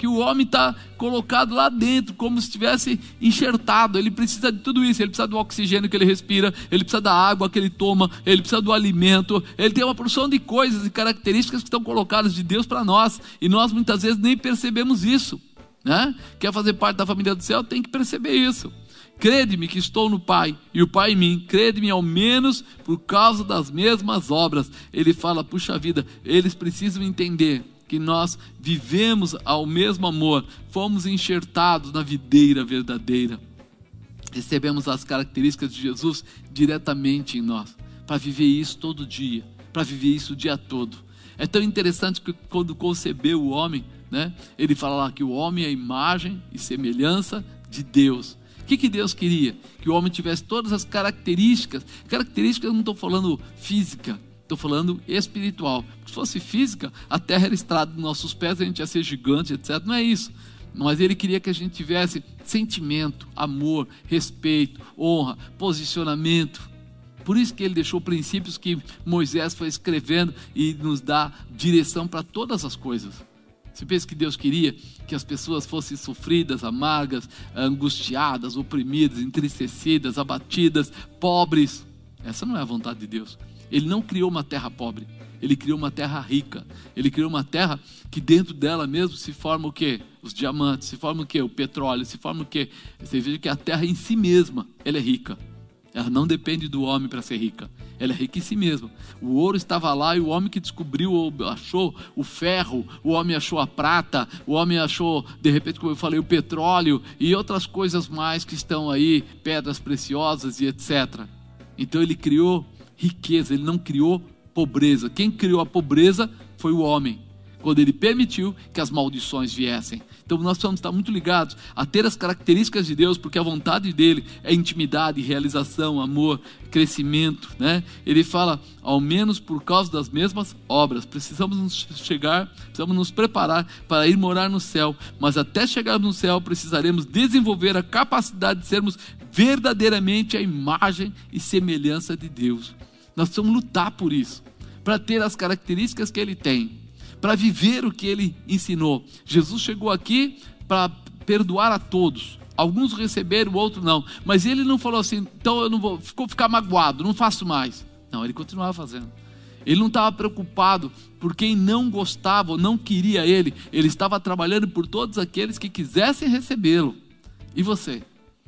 que o homem está colocado lá dentro, como se estivesse enxertado. Ele precisa de tudo isso, ele precisa do oxigênio que ele respira, ele precisa da água que ele toma, ele precisa do alimento, ele tem uma porção de coisas e características que estão colocadas de Deus para nós, e nós muitas vezes nem percebemos isso, né? Quer fazer parte da família do céu, tem que perceber isso. Crede-me que estou no Pai e o Pai em mim. Crede-me ao menos por causa das mesmas obras. Ele fala, puxa vida, eles precisam entender que nós vivemos ao mesmo amor. Fomos enxertados na videira verdadeira. Recebemos as características de Jesus diretamente em nós. Para viver isso todo dia. Para viver isso o dia todo. É tão interessante que quando concebeu o homem, né, ele fala lá que o homem é a imagem e semelhança de Deus. O que, que Deus queria? Que o homem tivesse todas as características. Características, eu não estou falando física, estou falando espiritual. Se fosse física, a terra era estrada dos nossos pés, a gente ia ser gigante, etcétera. Não é isso. Mas ele queria que a gente tivesse sentimento, amor, respeito, honra, posicionamento. Por isso que ele deixou princípios que Moisés foi escrevendo e nos dá direção para todas as coisas. Você pensa que Deus queria que as pessoas fossem sofridas, amargas, angustiadas, oprimidas, entristecidas, abatidas, pobres? Essa não é a vontade de Deus. Ele não criou uma terra pobre, ele criou uma terra rica. Ele criou uma terra que dentro dela mesmo se forma o quê? Os diamantes, se forma o quê? O petróleo, se forma o quê? Você vê que a terra em si mesma, ela é rica. Ela não depende do homem para ser rica. Ela é rica em si mesma. O ouro estava lá e o homem que descobriu, achou o ferro, o homem achou a prata, o homem achou, de repente, como eu falei, o petróleo e outras coisas mais que estão aí, pedras preciosas e etcétera. Então ele criou riqueza, ele não criou pobreza. Quem criou a pobreza foi o homem, quando ele permitiu que as maldições viessem. Então nós precisamos estar muito ligados a ter as características de Deus, porque a vontade dele é intimidade, realização, amor, crescimento, né? Ele fala, ao menos por causa das mesmas obras. Precisamos nos chegar, precisamos nos preparar para ir morar no céu, mas até chegar no céu precisaremos desenvolver a capacidade de sermos verdadeiramente a imagem e semelhança de Deus. Nós precisamos lutar por isso, para ter as características que ele tem, para viver o que ele ensinou. Jesus chegou aqui para perdoar a todos. Alguns receberam, outros não. Mas ele não falou assim, então eu não vou ficou ficar magoado, não faço mais. Não, ele continuava fazendo. Ele não estava preocupado por quem não gostava ou não queria ele. Ele estava trabalhando por todos aqueles que quisessem recebê-lo. E você?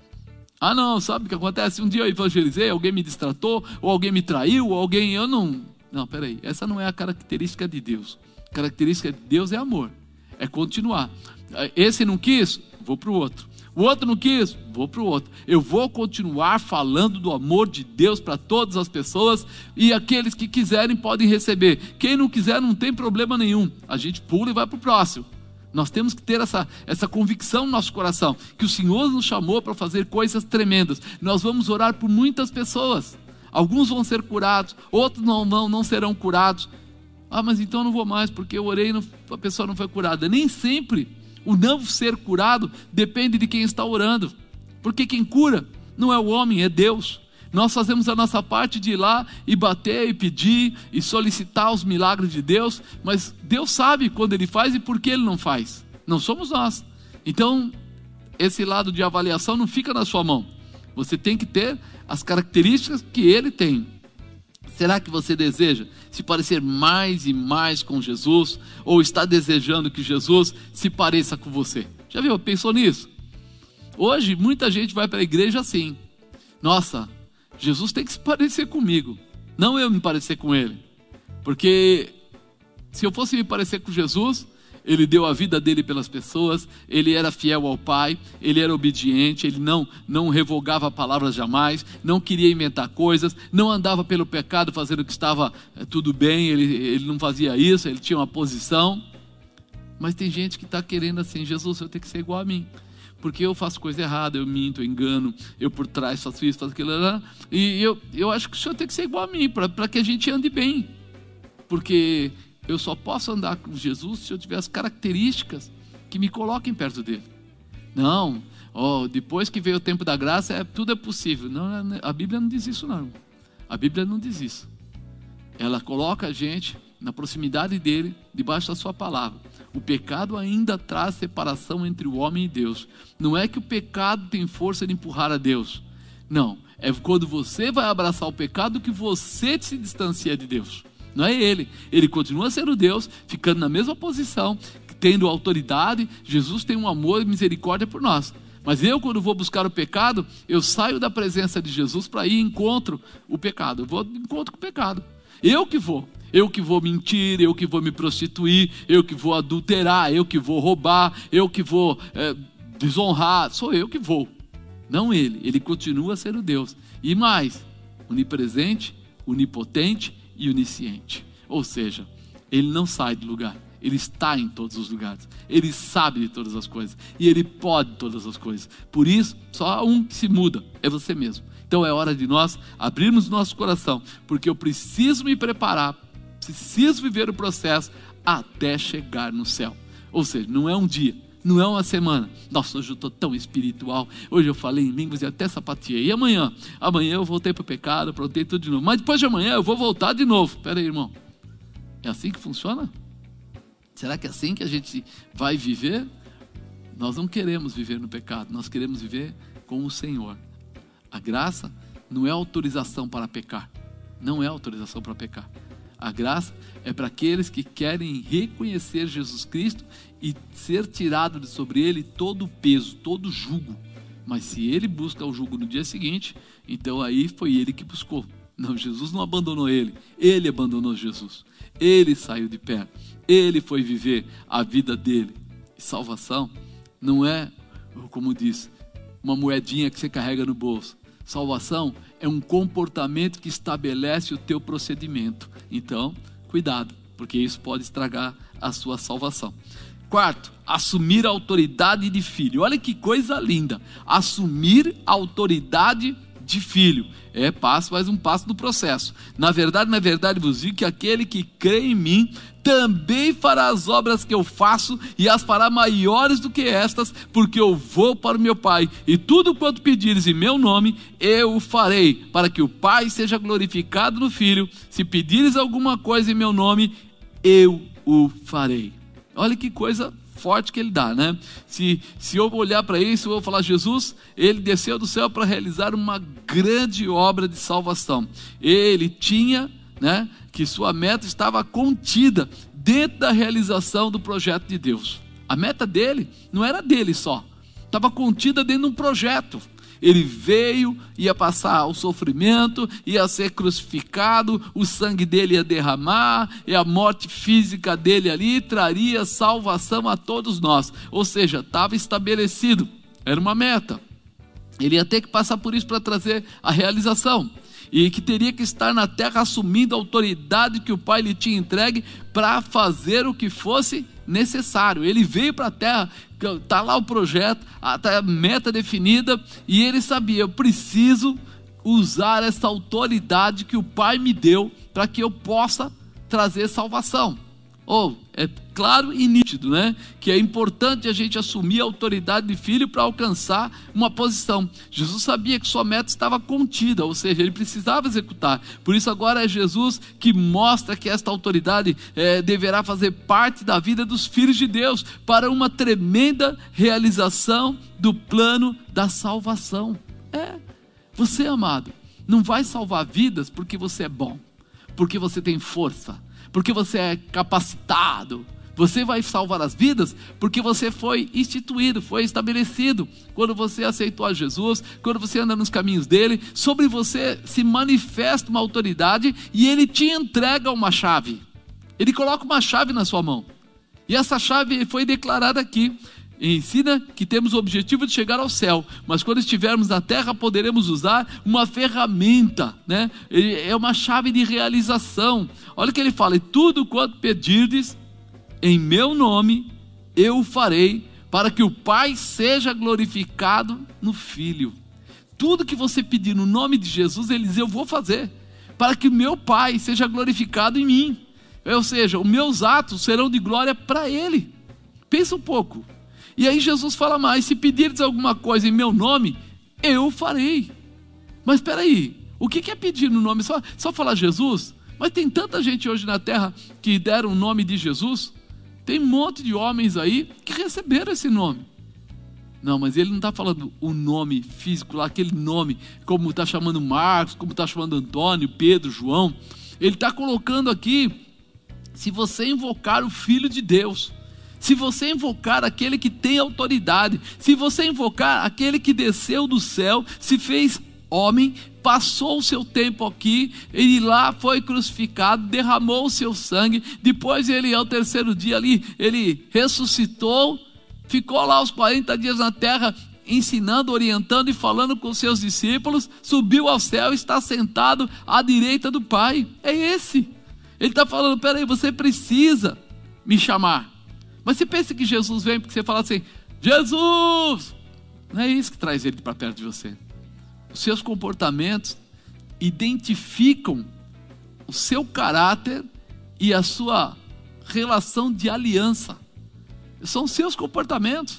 Ah não, sabe o que acontece? Um dia eu evangelizei, alguém me distratou, ou alguém me traiu, ou alguém... Eu não... Não, peraí, essa não é a característica de Deus. A característica de Deus é amor, é continuar. Esse não quis, vou para o outro. O outro não quis, vou para o outro. Eu vou continuar falando do amor de Deus para todas as pessoas, e aqueles que quiserem podem receber. Quem não quiser não tem problema nenhum. A gente pula e vai para o próximo. Nós temos que ter essa, essa convicção no nosso coração, que o Senhor nos chamou para fazer coisas tremendas. Nós vamos orar por muitas pessoas. Alguns vão ser curados, outros não, não, não serão curados. Ah, mas então eu não vou mais, porque eu orei e não, a pessoa não foi curada. Nem sempre o não ser curado depende de quem está orando. Porque quem cura não é o homem, é Deus. Nós fazemos a nossa parte de ir lá e bater e pedir e solicitar os milagres de Deus, mas Deus sabe quando Ele faz e por que Ele não faz. Não somos nós. Então, esse lado de avaliação não fica na sua mão. Você tem que ter as características que Ele tem. Será que você deseja se parecer mais e mais com Jesus? Ou está desejando que Jesus se pareça com você? Já viu? Pensou nisso? Hoje muita gente vai para a igreja assim. Nossa, Jesus tem que se parecer comigo, não eu me parecer com Ele. Porque se eu fosse me parecer com Jesus, Ele deu a vida dele pelas pessoas, Ele era fiel ao Pai, Ele era obediente, Ele não, não revogava palavras jamais, não queria inventar coisas, não andava pelo pecado fazendo que estava é, tudo bem, ele, ele não fazia isso, Ele tinha uma posição. Mas tem gente que está querendo assim, Jesus, eu tenho que ser igual a mim, porque eu faço coisa errada, eu minto, eu engano, eu por trás faço isso, faço aquilo, e eu, eu acho que o Senhor tem que ser igual a mim, para que a gente ande bem, porque... eu só posso andar com Jesus se eu tiver as características que me coloquem perto dele. Não, oh, depois que veio o tempo da graça, é, tudo é possível. Não, a Bíblia não diz isso não. A Bíblia não diz isso. Ela coloca a gente na proximidade dele, debaixo da sua palavra. O pecado ainda traz separação entre o homem e Deus. Não é que o pecado tem força de empurrar a Deus. Não, é quando você vai abraçar o pecado que você se distancia de Deus. Não é ele. Ele continua sendo Deus, ficando na mesma posição, tendo autoridade. Jesus tem um amor e misericórdia por nós. Mas eu, quando vou buscar o pecado, eu saio da presença de Jesus para ir encontro o pecado. Eu vou encontro com o pecado. Eu que vou. Eu que vou mentir, eu que vou me prostituir, eu que vou adulterar, eu que vou roubar, eu que vou é, desonrar. Sou eu que vou. Não ele. Ele continua sendo Deus. E mais, onipresente, onipotente e onisciente. Ou seja, ele não sai do lugar. Ele está em todos os lugares. Ele sabe de todas as coisas. E ele pode todas as coisas. Por isso, só há um que se muda. É você mesmo. Então é hora de nós abrirmos nosso coração. Porque eu preciso me preparar. Preciso viver o processo até chegar no céu. Ou seja, não é um dia. Não é uma semana. Nossa, hoje eu estou tão espiritual. Hoje eu falei em línguas e até sapateei. E amanhã? Amanhã eu voltei para o pecado, aprontei tudo de novo. Mas depois de amanhã eu vou voltar de novo. Espera aí, irmão. É assim que funciona? Será que é assim que a gente vai viver? Nós não queremos viver no pecado. Nós queremos viver com o Senhor. A graça não é autorização para pecar. Não é autorização para pecar. A graça é para aqueles que querem reconhecer Jesus Cristo e ser tirado de sobre ele todo o peso, todo o jugo. Mas se ele busca o jugo no dia seguinte, então aí foi ele que buscou. Não, Jesus não abandonou ele, ele abandonou Jesus. Ele saiu de pé, ele foi viver a vida dele. E salvação não é, como diz, uma moedinha que você carrega no bolso. Salvação é um comportamento que estabelece o teu procedimento. Então, cuidado, porque isso pode estragar a sua salvação. Quarto, assumir a autoridade de filho. Olha que coisa linda. Assumir a autoridade de filho. É passo, mais um passo do processo. Na verdade, na verdade vos digo que aquele que crê em mim também fará as obras que eu faço e as fará maiores do que estas, porque eu vou para o meu Pai, e tudo quanto pedires em meu nome, eu o farei, para que o Pai seja glorificado no Filho. Se pedires alguma coisa em meu nome, eu o farei. Olha que coisa forte que ele dá, né? Se, se eu olhar para isso, eu vou falar, Jesus, ele desceu do céu para realizar uma grande obra de salvação. Ele tinha, né, que sua meta estava contida dentro da realização do projeto de Deus. A meta dele não era dele só, estava contida dentro de um projeto. Ele veio, ia passar o sofrimento, ia ser crucificado, o sangue dele ia derramar, e a morte física dele ali traria salvação a todos nós. Ou seja, estava estabelecido, era uma meta. Ele ia ter que passar por isso para trazer a realização. E que teria que estar na terra assumindo a autoridade que o Pai lhe tinha entregue para fazer o que fosse necessário. Ele veio para a terra, está lá o projeto, está a meta definida, e ele sabia, eu preciso usar essa autoridade que o Pai me deu para que eu possa trazer salvação. Ou, oh, é claro e nítido, né? Que é importante a gente assumir a autoridade de filho para alcançar uma posição. Jesus sabia que sua meta estava contida, ou seja, ele precisava executar. Por isso agora é Jesus que mostra que esta autoridade é, deverá fazer parte da vida dos filhos de Deus para uma tremenda realização do plano da salvação. É, você, amado, não vai salvar vidas porque você é bom, porque você tem força, porque você é capacitado. Você vai salvar as vidas porque você foi instituído, foi estabelecido. Quando você aceitou a Jesus, quando você anda nos caminhos dele, sobre você se manifesta uma autoridade e ele te entrega uma chave. Ele coloca uma chave na sua mão. E essa chave foi declarada aqui. Ensina que temos o objetivo de chegar ao céu, mas quando estivermos na terra poderemos usar uma ferramenta, né? É uma chave de realização. Olha o que ele fala: e tudo quanto pedirdes em meu nome eu farei, para que o Pai seja glorificado no Filho. Tudo que você pedir no nome de Jesus, ele diz, eu vou fazer, para que o meu Pai seja glorificado em mim. Ou seja, os meus atos serão de glória para ele. Pensa um pouco. E aí Jesus fala mais: se pedirdes alguma coisa em meu nome, eu farei. Mas espera aí, o que é pedir no nome? Só, só falar Jesus? Mas tem tanta gente hoje na terra que deram o nome de Jesus. Tem um monte de homens aí que receberam esse nome. Não, mas ele não está falando o nome físico lá, aquele nome, como está chamando Marcos, como está chamando Antônio, Pedro, João. Ele está colocando aqui, se você invocar o Filho de Deus, se você invocar aquele que tem autoridade, se você invocar aquele que desceu do céu, se fez homem, passou o seu tempo aqui, ele lá foi crucificado, derramou o seu sangue, depois ele ao terceiro dia ali, ele ressuscitou, ficou lá os quarenta dias na terra, ensinando, orientando e falando com seus discípulos, subiu ao céu e está sentado à direita do Pai. É esse. Ele está falando, peraí, você precisa me chamar. Mas você pensa que Jesus vem porque você fala assim, Jesus! Não é isso que traz ele para perto de você. Os seus comportamentos identificam o seu caráter e a sua relação de aliança. São os seus comportamentos.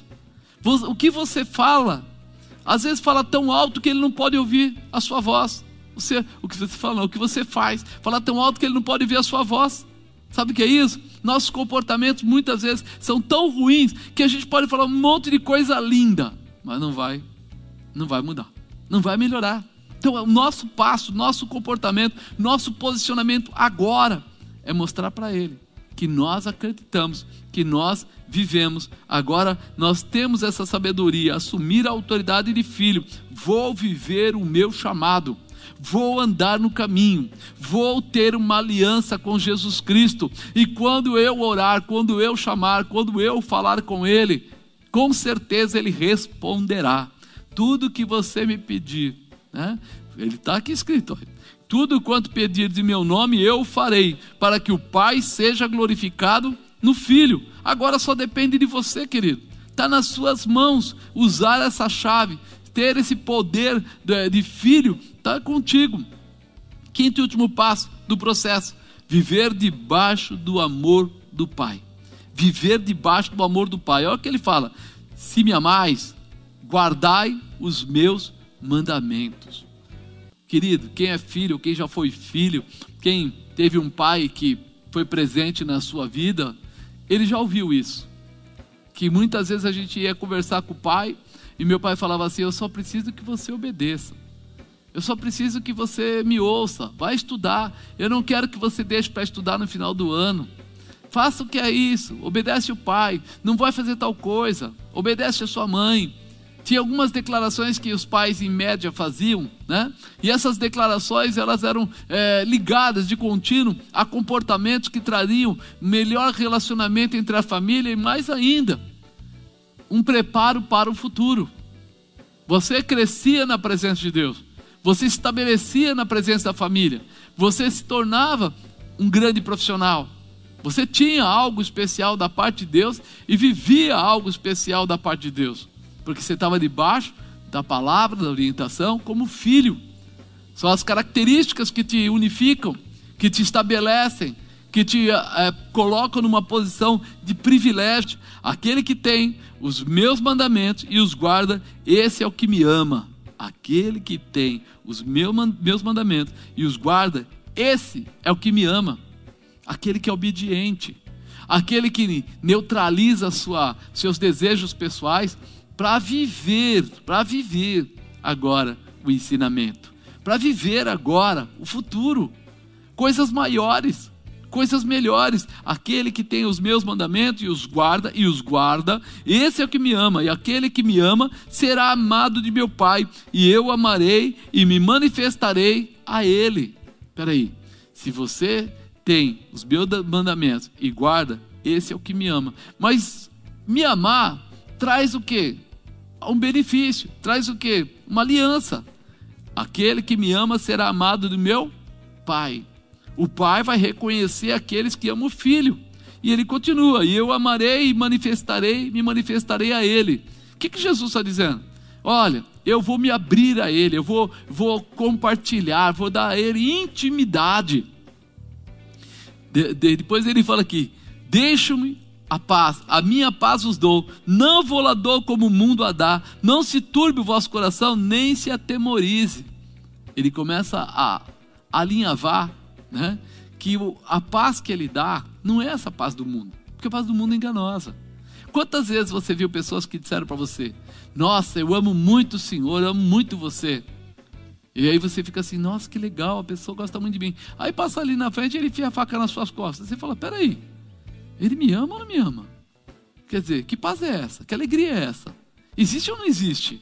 O que você fala, às vezes fala tão alto que ele não pode ouvir a sua voz. Você, o que você fala, não, o que você faz, fala tão alto que ele não pode ouvir a sua voz. Sabe o que é isso? Nossos comportamentos muitas vezes são tão ruins que a gente pode falar um monte de coisa linda, mas não vai, não vai mudar, não vai melhorar. Então o nosso passo, nosso comportamento, nosso posicionamento agora é mostrar para ele que nós acreditamos, que nós vivemos. Agora nós temos essa sabedoria, assumir a autoridade de filho. Vou viver o meu chamado, vou andar no caminho, vou ter uma aliança com Jesus Cristo, e quando eu orar, quando eu chamar, quando eu falar com ele, com certeza ele responderá. Tudo que você me pedir, né? Ele está aqui escrito, tudo quanto pedir de meu nome eu farei, para que o Pai seja glorificado no Filho. Agora só depende de você, querido. Está nas suas mãos usar essa chave, ter esse poder de, de filho, está contigo. Quinto e último passo do processo, viver debaixo do amor do Pai. Viver debaixo do amor do Pai. Olha o que ele fala, se me amais, guardai os meus mandamentos. Querido, quem é filho, quem já foi filho, quem teve um pai que foi presente na sua vida, ele já ouviu isso. Que muitas vezes a gente ia conversar com o pai e meu pai falava assim, eu só preciso que você obedeça. Eu só preciso que você me ouça, vai estudar. Eu não quero que você deixe para estudar no final do ano. Faça o que é isso, obedece o pai, não vai fazer tal coisa, obedece a sua mãe. Tinha algumas declarações que os pais em média faziam, né? E essas declarações elas eram é, ligadas de contínuo a comportamentos que trariam melhor relacionamento entre a família e mais ainda, um preparo para o futuro. Você crescia na presença de Deus, você se estabelecia na presença da família, você se tornava um grande profissional, você tinha algo especial da parte de Deus e vivia algo especial da parte de Deus. Porque você estava debaixo da palavra, da orientação, como filho. São as características que te unificam, que te estabelecem, que te é, colocam numa posição de privilégio. Aquele que tem os meus mandamentos e os guarda, esse é o que me ama. Aquele que tem os meus mandamentos e os guarda, esse é o que me ama. Aquele que é obediente, aquele que neutraliza sua, seus desejos pessoais, para viver, para viver agora o ensinamento, para viver agora o futuro, coisas maiores, coisas melhores. Aquele que tem os meus mandamentos e os guarda, e os guarda, esse é o que me ama, e aquele que me ama será amado de meu Pai, e eu amarei e me manifestarei a ele. Espera aí, se você tem os meus mandamentos e guarda, esse é o que me ama. Mas me amar traz o quê? Um benefício, traz o quê? Uma aliança. Aquele que me ama será amado do meu Pai. O Pai vai reconhecer aqueles que amam o Filho. E ele continua, e eu amarei e manifestarei, me manifestarei a ele. O que, que Jesus está dizendo? Olha, eu vou me abrir a ele, eu vou, vou compartilhar, vou dar a ele intimidade. De, de, depois ele fala aqui, deixa-me a paz, a minha paz vos dou, não vou lá dou como o mundo a dá, não se turbe o vosso coração, nem se atemorize. Ele começa a alinhavar, né, que a paz que ele dá, não é essa paz do mundo, Porque a paz do mundo é enganosa. Quantas vezes você viu pessoas que disseram para você: nossa, eu amo muito o Senhor, eu amo muito você. E aí você fica assim: nossa, que legal, a pessoa gosta muito de mim. Aí passa ali na frente e ele enfia a faca nas suas costas. Você fala: peraí, ele me ama ou não me ama? Quer dizer, que paz é essa? Que alegria é essa? Existe ou não existe?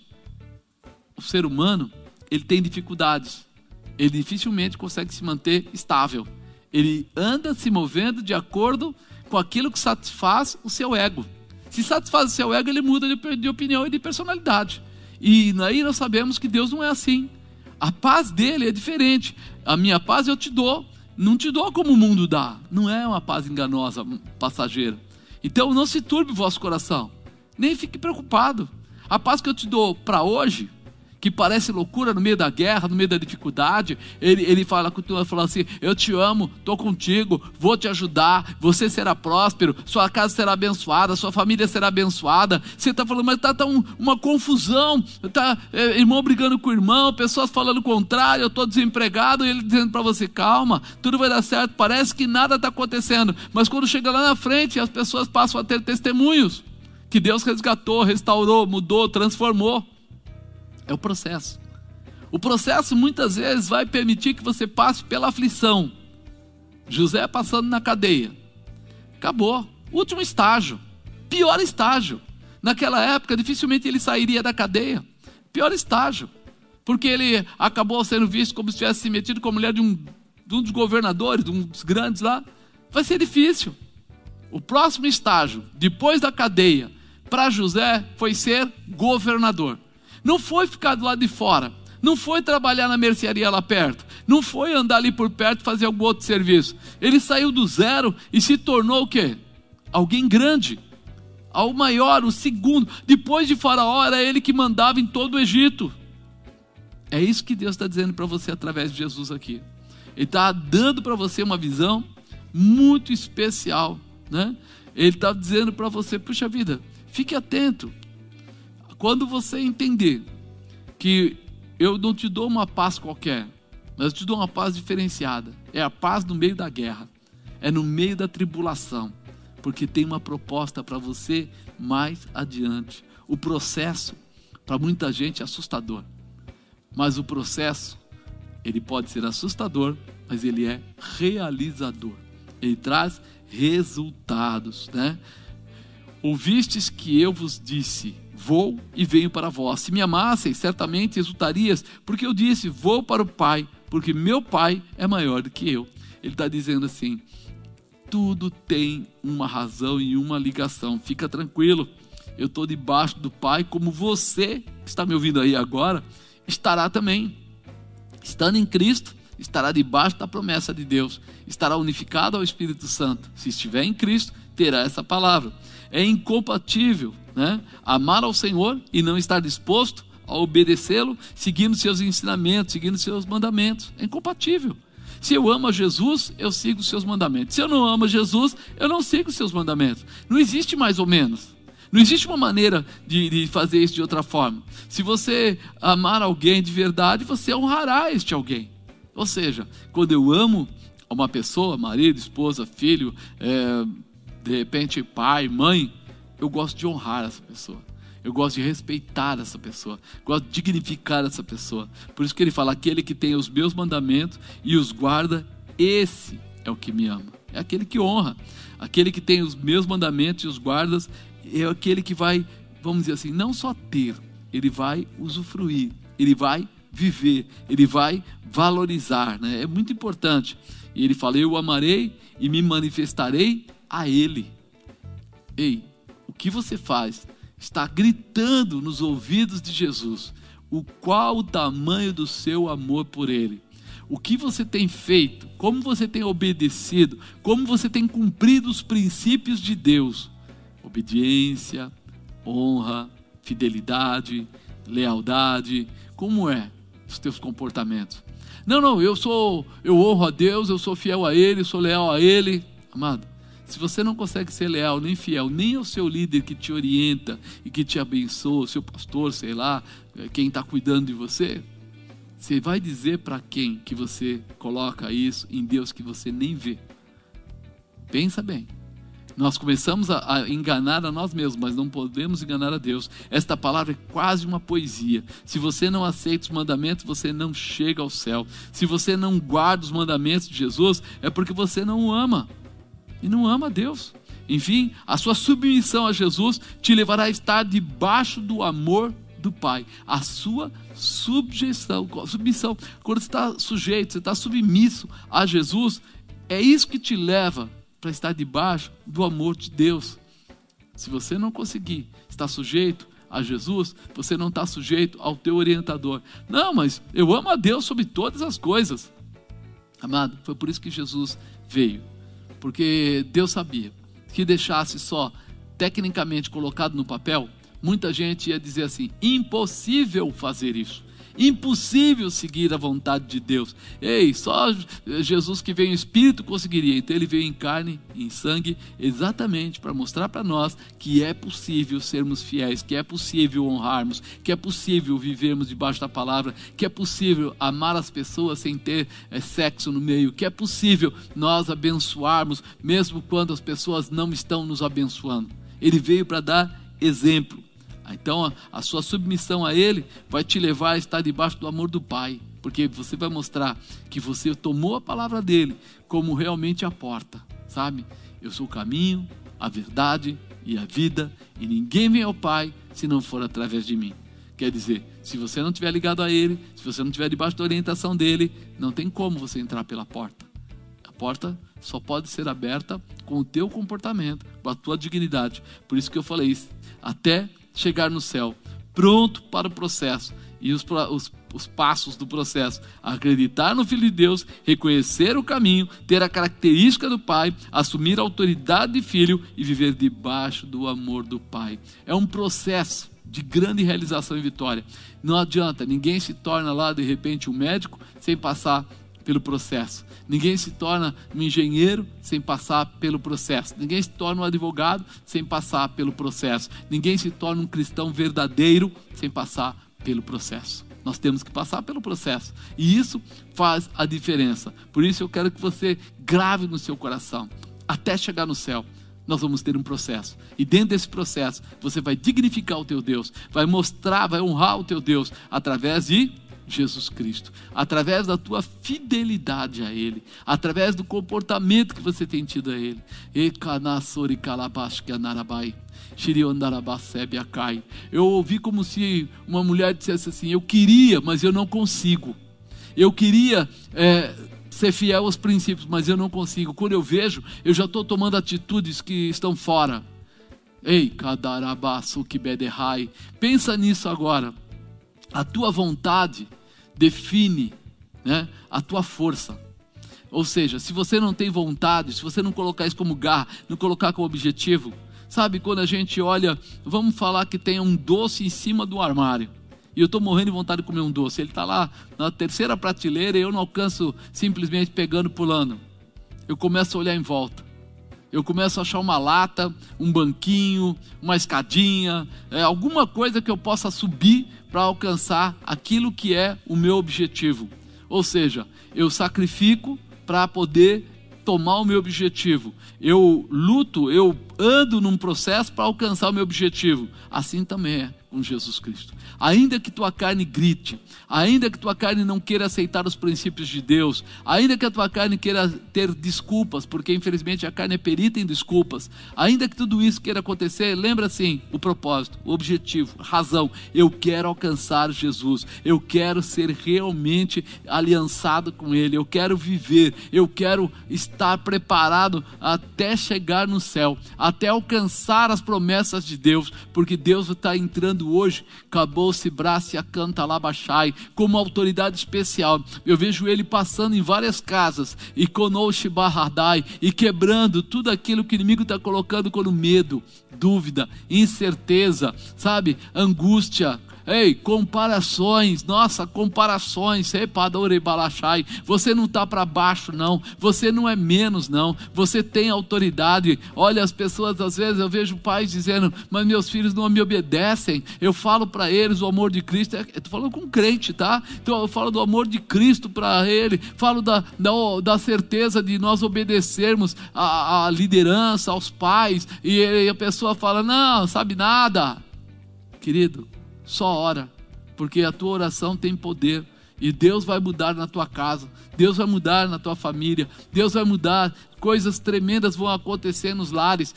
O ser humano, ele tem dificuldades. Ele dificilmente consegue se manter estável. Ele anda se movendo de acordo com aquilo que satisfaz o seu ego. Se satisfaz o seu ego, ele muda de, de opinião e de personalidade. E aí nós sabemos que Deus não é assim. A paz dele é diferente. A minha paz eu te dou. Não te dou como o mundo dá. Não é uma paz enganosa, passageira. Então não se turbe o vosso coração. Nem fique preocupado. A paz que eu te dou para hoje, que parece loucura no meio da guerra, no meio da dificuldade, ele, ele fala, continua falando assim: eu te amo, estou contigo, vou te ajudar, você será próspero, sua casa será abençoada, sua família será abençoada. Você está falando, mas está tá um, uma confusão, está é, irmão brigando com o irmão, pessoas falando o contrário, eu estou desempregado, e ele dizendo para você: calma, tudo vai dar certo, parece que nada está acontecendo, mas quando chega lá na frente, as pessoas passam a ter testemunhos, que Deus resgatou, restaurou, mudou, transformou. É o processo. O processo muitas vezes vai permitir que você passe pela aflição. José passando na cadeia. Acabou. Último estágio. Pior estágio. Naquela época dificilmente ele sairia da cadeia. Pior estágio. Porque ele acabou sendo visto como se tivesse se metido com a mulher de um, de um dos governadores, de um dos grandes lá. Vai ser difícil. O próximo estágio, depois da cadeia, para José foi ser governador. Não foi ficar do lado de fora, não foi trabalhar na mercearia lá perto, não foi andar ali por perto e fazer algum outro serviço. Ele saiu do zero e se tornou o quê? Alguém grande, ao maior, o segundo. Depois de Faraó, era ele que mandava em todo o Egito. É isso que Deus está dizendo para você através de Jesus aqui. Ele está dando para você uma visão muito especial, né? Ele está dizendo para você: puxa vida, fique atento. Quando você entender que eu não te dou uma paz qualquer, mas eu te dou uma paz diferenciada, é a paz no meio da guerra, é no meio da tribulação, porque tem uma proposta para você mais adiante. O processo, para muita gente, é assustador, mas o processo, ele pode ser assustador, mas ele é realizador, ele traz resultados, né? Ouvistes que eu vos disse: vou e venho para vós. Se me amasseis, certamente exultarias, porque eu disse: vou para o Pai, porque meu Pai é maior do que eu. Ele está dizendo assim: tudo tem uma razão e uma ligação. Fica tranquilo, eu estou debaixo do Pai, como você que está me ouvindo aí agora estará também. Estando em Cristo, estará debaixo da promessa de Deus, estará unificado ao Espírito Santo. Se estiver em Cristo, terá essa palavra. É incompatível, né, amar ao Senhor e não estar disposto a obedecê-lo, seguindo seus ensinamentos, seguindo seus mandamentos. É incompatível. Se eu amo a Jesus, eu sigo os seus mandamentos. Se eu não amo a Jesus, eu não sigo os seus mandamentos. Não existe mais ou menos. Não existe uma maneira de, de fazer isso de outra forma. Se você amar alguém de verdade, você honrará este alguém. Ou seja, quando eu amo uma pessoa, marido, esposa, filho, é, de repente pai, mãe, eu gosto de honrar essa pessoa, eu gosto de respeitar essa pessoa, gosto de dignificar essa pessoa. Por isso que ele fala: aquele que tem os meus mandamentos e os guarda, esse é o que me ama. É aquele que honra. Aquele que tem os meus mandamentos e os guardas é aquele que vai, vamos dizer assim, não só ter, ele vai usufruir, ele vai viver, ele vai valorizar, né? É muito importante. E ele fala: eu o amarei e me manifestarei a ele. Ei, o que você faz está gritando nos ouvidos de Jesus o qual o tamanho do seu amor por ele. O que você tem feito, como você tem obedecido, como você tem cumprido os princípios de Deus: obediência, honra, fidelidade, lealdade. Como é os teus comportamentos? Não, não, eu sou, eu honro a Deus, eu sou fiel a Ele, sou leal a Ele. Amado, se você não consegue ser leal nem fiel, nem ao seu líder que te orienta e que te abençoa, seu pastor, sei lá, quem está cuidando de você, você vai dizer para quem que você coloca isso em Deus que você nem vê? Pensa bem. Nós começamos a, a enganar a nós mesmos, mas não podemos enganar a Deus. Esta palavra é quase uma poesia. Se você não aceita os mandamentos, você não chega ao céu. Se você não guarda os mandamentos de Jesus, é porque você não o ama. E não ama a Deus. Enfim, a sua submissão a Jesus te levará a estar debaixo do amor do Pai. A sua subjeição, submissão. Quando você está sujeito, você está submisso a Jesus, é isso que te leva para estar debaixo do amor de Deus. Se você não conseguir estar sujeito a Jesus, você não está sujeito ao teu orientador. Não, mas eu amo a Deus sobre todas as coisas. Amado, foi por isso que Jesus veio. Porque Deus sabia que deixasse só tecnicamente colocado no papel, muita gente ia dizer assim: impossível fazer isso. Impossível seguir a vontade de Deus. Ei, só Jesus que veio em espírito conseguiria. Então ele veio em carne, em sangue, exatamente para mostrar para nós que é possível sermos fiéis, que é possível honrarmos, que é possível vivermos debaixo da palavra, que é possível amar as pessoas sem ter é, sexo no meio, que é possível nós abençoarmos mesmo quando as pessoas não estão nos abençoando. Ele veio para dar exemplo. Então a, a sua submissão a Ele vai te levar a estar debaixo do amor do Pai, porque você vai mostrar que você tomou a palavra dele como realmente a porta, sabe? Eu sou o caminho, a verdade e a vida, e ninguém vem ao Pai se não for através de mim. Quer dizer, se você não estiver ligado a Ele, se você não estiver debaixo da orientação dele, não tem como você entrar pela porta. A porta só pode ser aberta com o teu comportamento, com a tua dignidade. Por isso que eu falei isso, até chegar no céu, pronto para o processo e os, os, os passos do processo: acreditar no Filho de Deus, reconhecer o caminho, ter a característica do Pai, assumir a autoridade de filho e viver debaixo do amor do Pai. É um processo de grande realização e vitória. Não adianta, ninguém se torna lá de repente um médico sem passar pelo processo. Ninguém se torna um engenheiro sem passar pelo processo. Ninguém se torna um advogado sem passar pelo processo. Ninguém se torna um cristão verdadeiro sem passar pelo processo. Nós temos que passar pelo processo. E isso faz a diferença. Por isso eu quero que você grave no seu coração. Até chegar no céu, nós vamos ter um processo. E dentro desse processo, você vai dignificar o teu Deus. Vai mostrar, vai honrar o teu Deus através de Jesus Cristo, através da tua fidelidade a Ele, através do comportamento que você tem tido a Ele. Eu ouvi como se uma mulher dissesse assim: eu queria, mas eu não consigo. Eu queria é, ser fiel aos princípios, mas eu não consigo. Quando eu vejo, eu já estou tomando atitudes que estão fora. Ei, kadarabasu kibederai. Pensa nisso agora. A tua vontade define, né, a tua força. Ou seja, se você não tem vontade, se você não colocar isso como garra, não colocar como objetivo, sabe, quando a gente olha, vamos falar que tem um doce em cima do armário, e eu estou morrendo de vontade de comer um doce, ele está lá na terceira prateleira e eu não alcanço simplesmente pegando, pulando. Eu começo a olhar em volta. Eu começo a achar uma lata, um banquinho, uma escadinha, é, alguma coisa que eu possa subir para alcançar aquilo que é o meu objetivo. Ou seja, eu sacrifico para poder tomar o meu objetivo. Eu luto, eu ando num processo para alcançar o meu objetivo. Assim também é com Jesus Cristo. Ainda que tua carne grite, ainda que tua carne não queira aceitar os princípios de Deus, ainda que a tua carne queira ter desculpas, porque infelizmente a carne é perita em desculpas, ainda que tudo isso queira acontecer, lembra assim, o propósito, o objetivo, a razão: eu quero alcançar Jesus, eu quero ser realmente aliançado com Ele, eu quero viver, eu quero estar preparado até chegar no céu, até alcançar as promessas de Deus, porque Deus está entrando hoje, acabou-se braço a canta lá baixai, como autoridade especial. Eu vejo Ele passando em várias casas e conosco barradai, e quebrando tudo aquilo que o inimigo está colocando como medo, dúvida, incerteza, sabe, angústia, Ei, comparações, nossa, comparações, você não está para baixo não, você não é menos não, você tem autoridade. Olha, as pessoas às vezes, eu vejo pais dizendo, mas meus filhos não me obedecem. Eu falo para eles o amor de Cristo, estou falando com crente, tá? Então eu falo do amor de Cristo para ele, falo da, da, da certeza de nós obedecermos a, a liderança, aos pais, e, e a pessoa fala, não, sabe nada. Querido, só ora, porque a tua oração tem poder, e Deus vai mudar na tua casa, Deus vai mudar na tua família, Deus vai mudar, coisas tremendas vão acontecer nos lares.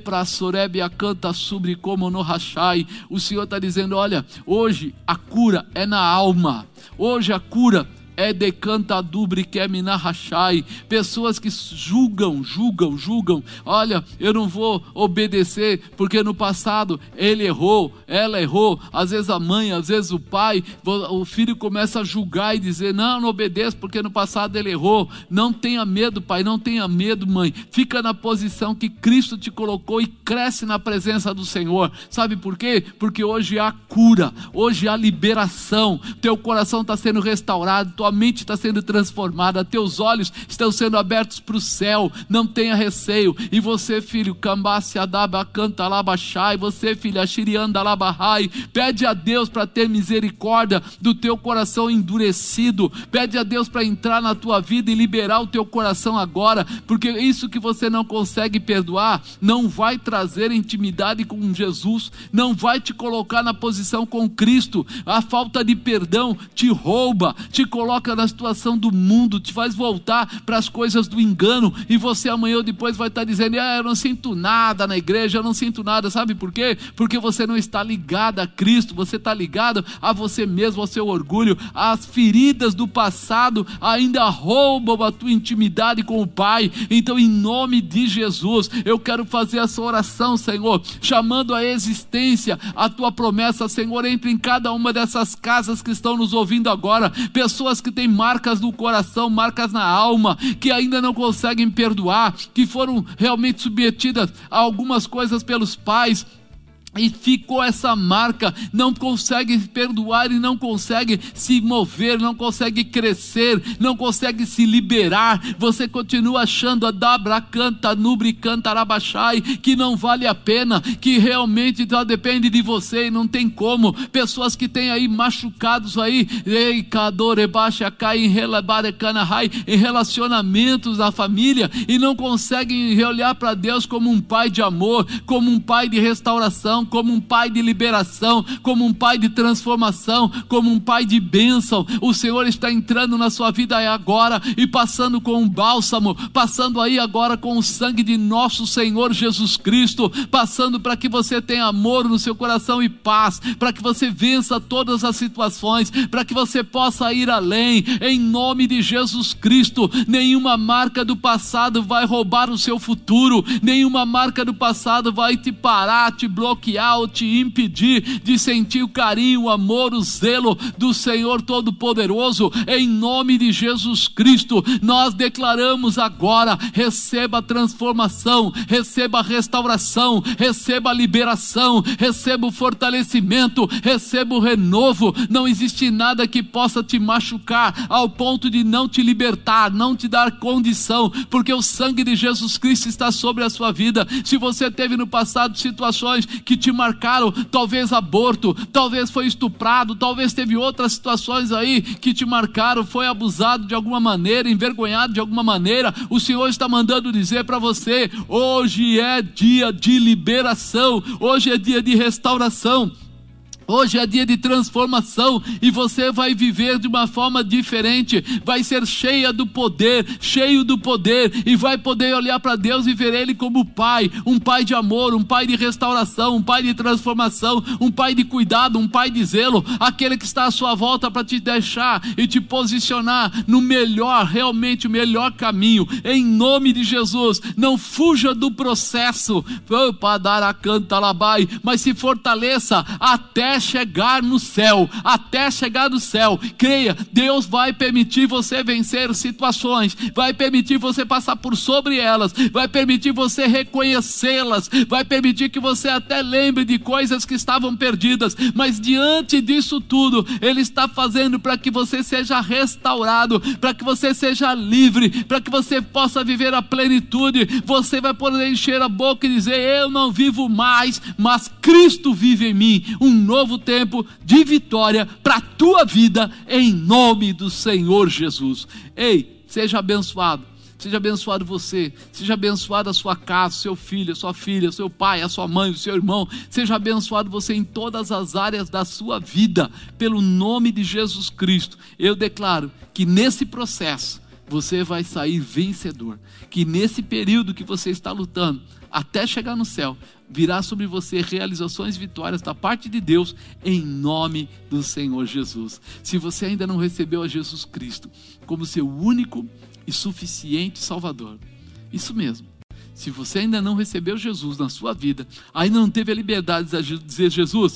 O Senhor está dizendo, olha, hoje a cura é na alma, hoje a cura é decantadubre que é minarrachai. Pessoas que julgam, julgam, julgam. Olha, eu não vou obedecer porque no passado ele errou, ela errou. Às vezes a mãe, às vezes o pai, o filho começa a julgar e dizer, não, não obedeço porque no passado ele errou. Não tenha medo, pai, não tenha medo, mãe. Fica na posição que Cristo te colocou e cresce na presença do Senhor. Sabe por quê? Porque hoje há cura, hoje há liberação. Teu coração está sendo restaurado, tua mente está sendo transformada, teus olhos estão sendo abertos para o céu. Não tenha receio. E você, filho, e você, filha, pede a Deus para ter misericórdia do teu coração endurecido. Pede a Deus para entrar na tua vida e liberar o teu coração agora, porque isso que você não consegue perdoar não vai trazer intimidade com Jesus, não vai te colocar na posição com Cristo. A falta de perdão te rouba, te coloca na situação do mundo, te faz voltar para as coisas do engano, e você amanhã ou depois vai estar dizendo, ah, eu não sinto nada na igreja, eu não sinto nada. Sabe por quê? Porque você não está ligado a Cristo, você está ligado a você mesmo, ao seu orgulho. As feridas do passado ainda roubam a tua intimidade com o Pai. Então, em nome de Jesus, eu quero fazer essa oração, Senhor, chamando à existência a tua promessa. Senhor, entre em cada uma dessas casas que estão nos ouvindo agora, pessoas que têm marcas no coração, marcas na alma, que ainda não conseguem perdoar, que foram realmente submetidas a algumas coisas pelos pais, e ficou essa marca, não consegue perdoar e não consegue se mover, não consegue crescer, não consegue se liberar. Você continua achando a dabra canta, nubre canta, arabachai, que não vale a pena, que realmente só depende de você e não tem como. Pessoas que têm aí machucados aí, em relacionamentos da família, e não conseguem olhar para Deus como um pai de amor, como um pai de restauração, como um pai de liberação, como um pai de transformação, como um pai de bênção. O Senhor está entrando na sua vida aí agora e passando com um bálsamo, passando aí agora com o sangue de nosso Senhor Jesus Cristo, passando para que você tenha amor no seu coração e paz, para que você vença todas as situações, para que você possa ir além, em nome de Jesus Cristo. Nenhuma marca do passado vai roubar o seu futuro, nenhuma marca do passado vai te parar, te bloquear ou te impedir de sentir o carinho, o amor, o zelo do Senhor Todo-Poderoso. Em nome de Jesus Cristo, nós declaramos agora, receba a transformação, receba a restauração, receba a liberação, receba o fortalecimento, receba o renovo. Não existe nada que possa te machucar ao ponto de não te libertar, não te dar condição, porque o sangue de Jesus Cristo está sobre a sua vida. Se você teve no passado situações que te marcaram, talvez aborto, talvez foi estuprado, talvez teve outras situações aí que te marcaram, foi abusado de alguma maneira, envergonhado de alguma maneira, o Senhor está mandando dizer para você, hoje é dia de liberação, hoje é dia de restauração, hoje é dia de transformação, e você vai viver de uma forma diferente, vai ser cheia do poder, cheio do poder, e vai poder olhar para Deus e ver Ele como Pai, um Pai de amor, um Pai de restauração, um Pai de transformação, um Pai de cuidado, um Pai de zelo, aquele que está à sua volta para te deixar e te posicionar no melhor, realmente o melhor caminho. Em nome de Jesus, não fuja do processo, mas se fortaleça até chegar no céu, até chegar no céu. Creia, Deus vai permitir você vencer situações, vai permitir você passar por sobre elas, vai permitir você reconhecê-las, vai permitir que você até lembre de coisas que estavam perdidas, mas diante disso tudo, Ele está fazendo para que você seja restaurado, para que você seja livre, para que você possa viver a plenitude. Você vai poder encher a boca e dizer: eu não vivo mais, mas Cristo vive em mim. Um novo tempo de vitória para a tua vida, em nome do Senhor Jesus. Ei, seja abençoado. Seja abençoado você, seja abençoado a sua casa, seu filho, a sua filha, seu pai, a sua mãe, o seu irmão. Seja abençoado você em todas as áreas da sua vida, pelo nome de Jesus Cristo. Eu declaro que nesse processo você vai sair vencedor, que nesse período que você está lutando, até chegar no céu, virá sobre você realizações e vitórias da parte de Deus, em nome do Senhor Jesus. Se você ainda não recebeu a Jesus Cristo como seu único e suficiente Salvador, isso mesmo, se você ainda não recebeu Jesus na sua vida, ainda não teve a liberdade de dizer: Jesus,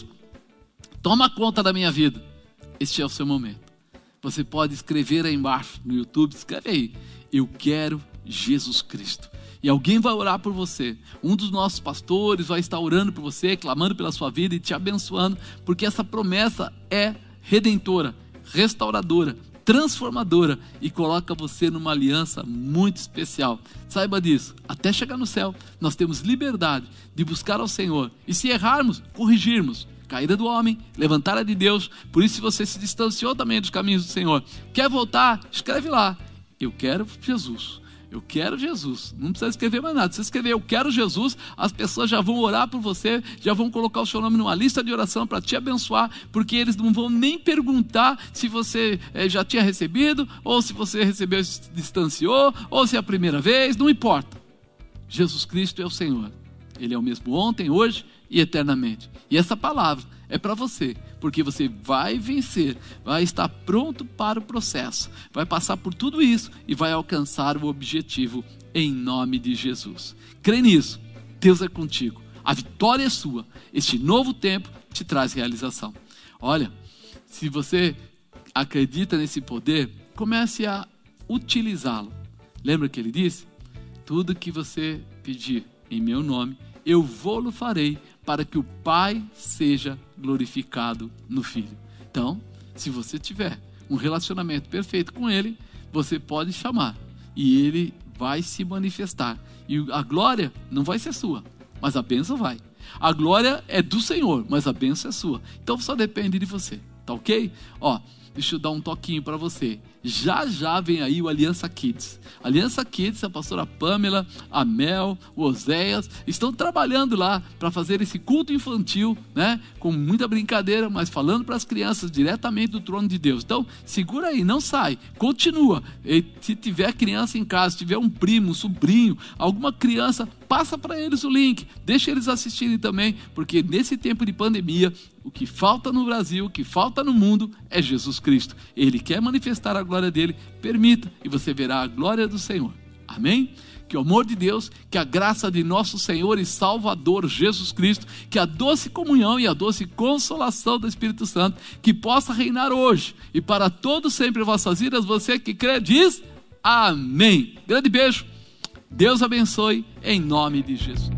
toma conta da minha vida, este é o seu momento. Você pode escrever aí embaixo no YouTube, escreve aí: eu quero Jesus Cristo. E alguém vai orar por você. Um dos nossos pastores vai estar orando por você, clamando pela sua vida e te abençoando, porque essa promessa é redentora, restauradora, transformadora e coloca você numa aliança muito especial. Saiba disso, até chegar no céu, nós temos liberdade de buscar ao Senhor e, se errarmos, corrigirmos. Caída do homem, levantar a de Deus. Por isso, se você se distanciou também dos caminhos do Senhor, quer voltar, escreve lá: eu quero Jesus. Eu quero Jesus. Não precisa escrever mais nada. Se você escrever eu quero Jesus, as pessoas já vão orar por você, já vão colocar o seu nome numa lista de oração para te abençoar, porque eles não vão nem perguntar se você eh, já tinha recebido, ou se você recebeu e se distanciou, ou se é a primeira vez, não importa. Jesus Cristo é o Senhor. Ele é o mesmo ontem, hoje e eternamente. E essa palavra é para você, porque você vai vencer, vai estar pronto para o processo, vai passar por tudo isso e vai alcançar o objetivo em nome de Jesus. Crê nisso, Deus é contigo, a vitória é sua, este novo tempo te traz realização. Olha, se você acredita nesse poder, comece a utilizá-lo. Lembra que ele disse? Tudo que você pedir em meu nome, eu vou-lo farei, para que o Pai seja glorificado no Filho. Então, se você tiver um relacionamento perfeito com Ele, você pode chamar e Ele vai se manifestar. E a glória não vai ser sua, mas a bênção vai. A glória é do Senhor, mas a bênção é sua. Então só depende de você, tá ok? Ó, deixa eu dar um toquinho para você. Já já vem aí o Aliança Kids. Aliança Kids, a pastora Pamela, a Mel, o Oséias, estão trabalhando lá para fazer esse culto infantil, né? Com muita brincadeira, mas falando para as crianças diretamente do trono de Deus. Então, segura aí, não sai, continua. E se tiver criança em casa, se tiver um primo, um sobrinho, alguma criança, passa para eles o link, deixa eles assistirem também, porque nesse tempo de pandemia, o que falta no Brasil, o que falta no mundo é Jesus Cristo. Ele quer manifestar a glória dele, permita e você verá a glória do Senhor. Amém? Que o amor de Deus, que a graça de nosso Senhor e Salvador Jesus Cristo, que a doce comunhão e a doce consolação do Espírito Santo, que possa reinar hoje e para todos sempre em vossas vidas. Você que crê diz amém. Grande beijo, Deus abençoe em nome de Jesus.